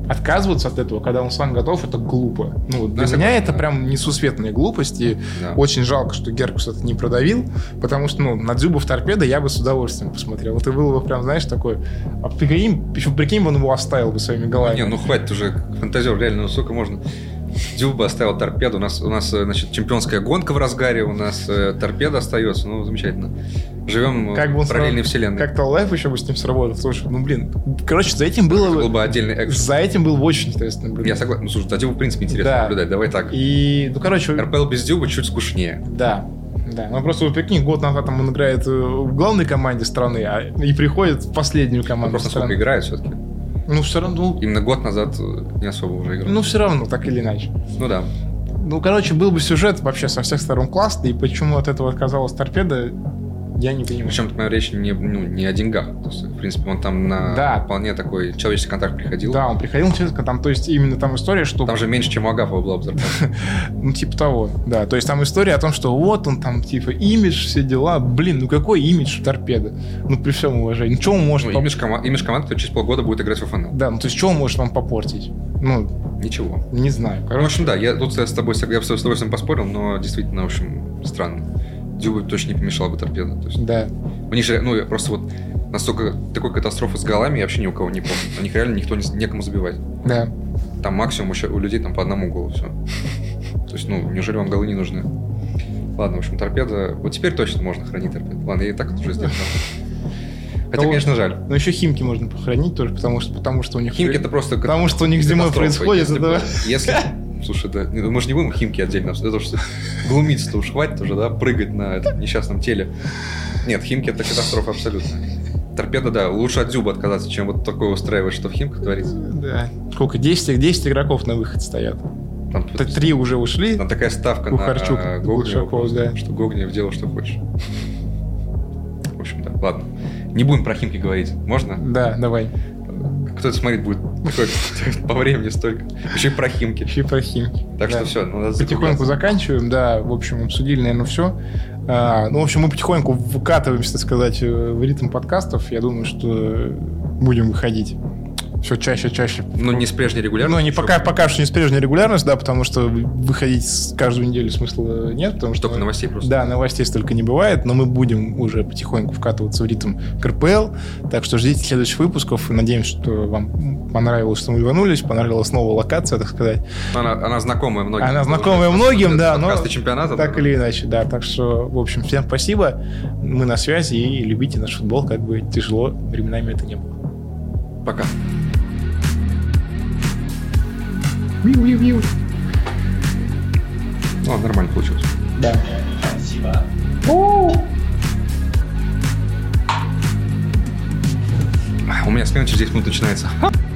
отказываться от этого, когда он сам готов, это глупо. Ну, для да, меня согласен, это да. прям несусветная глупость, и Да. очень жалко, что Геркус это не продавил, потому что, ну, на Дзюбу в торпедо я бы с удовольствием посмотрел. Это было бы прям, знаешь, такой... А прикинь, еще прикинь, он его оставил бы своими голами. Не, ну хватит уже, фантазер, реально, ну сколько можно... Дзюба оставил торпеду, у нас, у нас, значит, чемпионская гонка в разгаре, у нас э, торпеда остается, ну, замечательно. Живем Как бы он в параллельной срав- вселенной. Как-то лайф еще бы с ним сработал. Слушай, ну, блин, короче, за этим было Это бы... был бы отдельный экшен. За этим было бы очень интересно наблюдать. Я согласен. Ну, слушай, за Дзюбу, в принципе, интересно Да. наблюдать, давай так. И, ну, короче... эр пэ эл без Дзюбы чуть скучнее. Да, да. Ну, просто, вот прикинь, год назад там он играет в главной команде страны, а и приходит в последнюю Он команду просто страны. сколько играет все-таки. Ну, все равно... Именно год назад не особо уже играл. Ну, все равно, так или иначе. Ну да. Ну, короче, был бы сюжет вообще со всех сторон классный, и почему от этого отказалась торпеда, я не понимаю. Причем моя речь не, ну, не о деньгах. То есть, в принципе, он там на Да. вполне такой человеческий контакт приходил. Да, он приходил, честно, там, то есть именно там история, что... Там же меньше, чем у Агапова была бы зарплата. Ну, типа того, да. То есть там история о том, что вот он там, типа, имидж, все дела. Блин, ну какой имидж у торпеды? Ну, при всем уважении. Ну, что он может... Ну, поп- имидж, кома- имидж команды, кто через полгода будет играть в эф эн эл. Да, ну, то есть что он может вам попортить? Ну, Ничего. не знаю. Ну, в Короче, общем, да, я тут с тобой сог- я бы с удовольствием поспорил, но действительно, в общем, странно. Дзюбе точно не помешала бы торпеда. То есть, да. у них же, ну, я просто вот настолько такой катастрофы с голами я вообще ни у кого не помню. У них реально никто не, некому забивать. Да. Там максимум еще у людей там по одному голу все. То есть, ну, неужели вам голы не нужны? Ладно, в общем, торпеда... Вот теперь точно можно хранить торпеду. Ладно, я и так это уже сделал. Хотя, Ну, конечно, жаль. Но еще Химки можно похоронить тоже, потому что, потому что у них... Химки это просто... Потому что у них зимой катастрофа. происходит, Если это... бы- Если... Слушай, да, не, мы же не будем Химки отдельно обсуждать, потому что глумиться-то уж хватит уже, да, прыгать на этом несчастном теле. Нет, Химки это катастрофа абсолютно. Торпеда, да, лучше от Дзюбы отказаться, чем вот такое устраивать, что в Химках творится. Да. Сколько? десять, десять игроков на выход стоят. Там, Т- Три уже ушли. там такая ставка Кухарчук, на Гогнева, Глушаков, просто, да. что Гогнев делал, что хочешь. В общем, да, ладно. Не будем про Химки говорить. Можно? Да, давай. Кто это смотреть будет? Такое по времени столько. Еще и про Химки. Еще и про Химки. Так Да. что все, ну, надо Потихоньку закругляться. заканчиваем, да, в общем, обсудили, наверное, все. А, ну, в общем, мы потихоньку выкатываемся, так сказать, в ритм подкастов. Я думаю, что будем выходить все чаще, чаще. Ну, не с прежней регулярностью. Ну, не пока, пока что не с прежней регулярностью, да, потому что выходить с- каждую неделю смысла нет, потому что... Только новостей просто. Да, новостей столько не бывает, но мы будем уже потихоньку вкатываться в ритм ка эр пэ эл, так что ждите следующих выпусков, и надеемся, что вам понравилось, что мы вернулись, понравилась новая локация, так сказать. Она, она знакомая многим. Она знакомая многим, да, но Подкасты чемпионата. так да. или иначе, да. Так что, в общем, всем спасибо, мы на связи, и любите наш футбол, как бы тяжело временами это не было. Пока. Виу-виу-виу. Ну, нормально получилось. Да. У меня смена через десять минут начинается.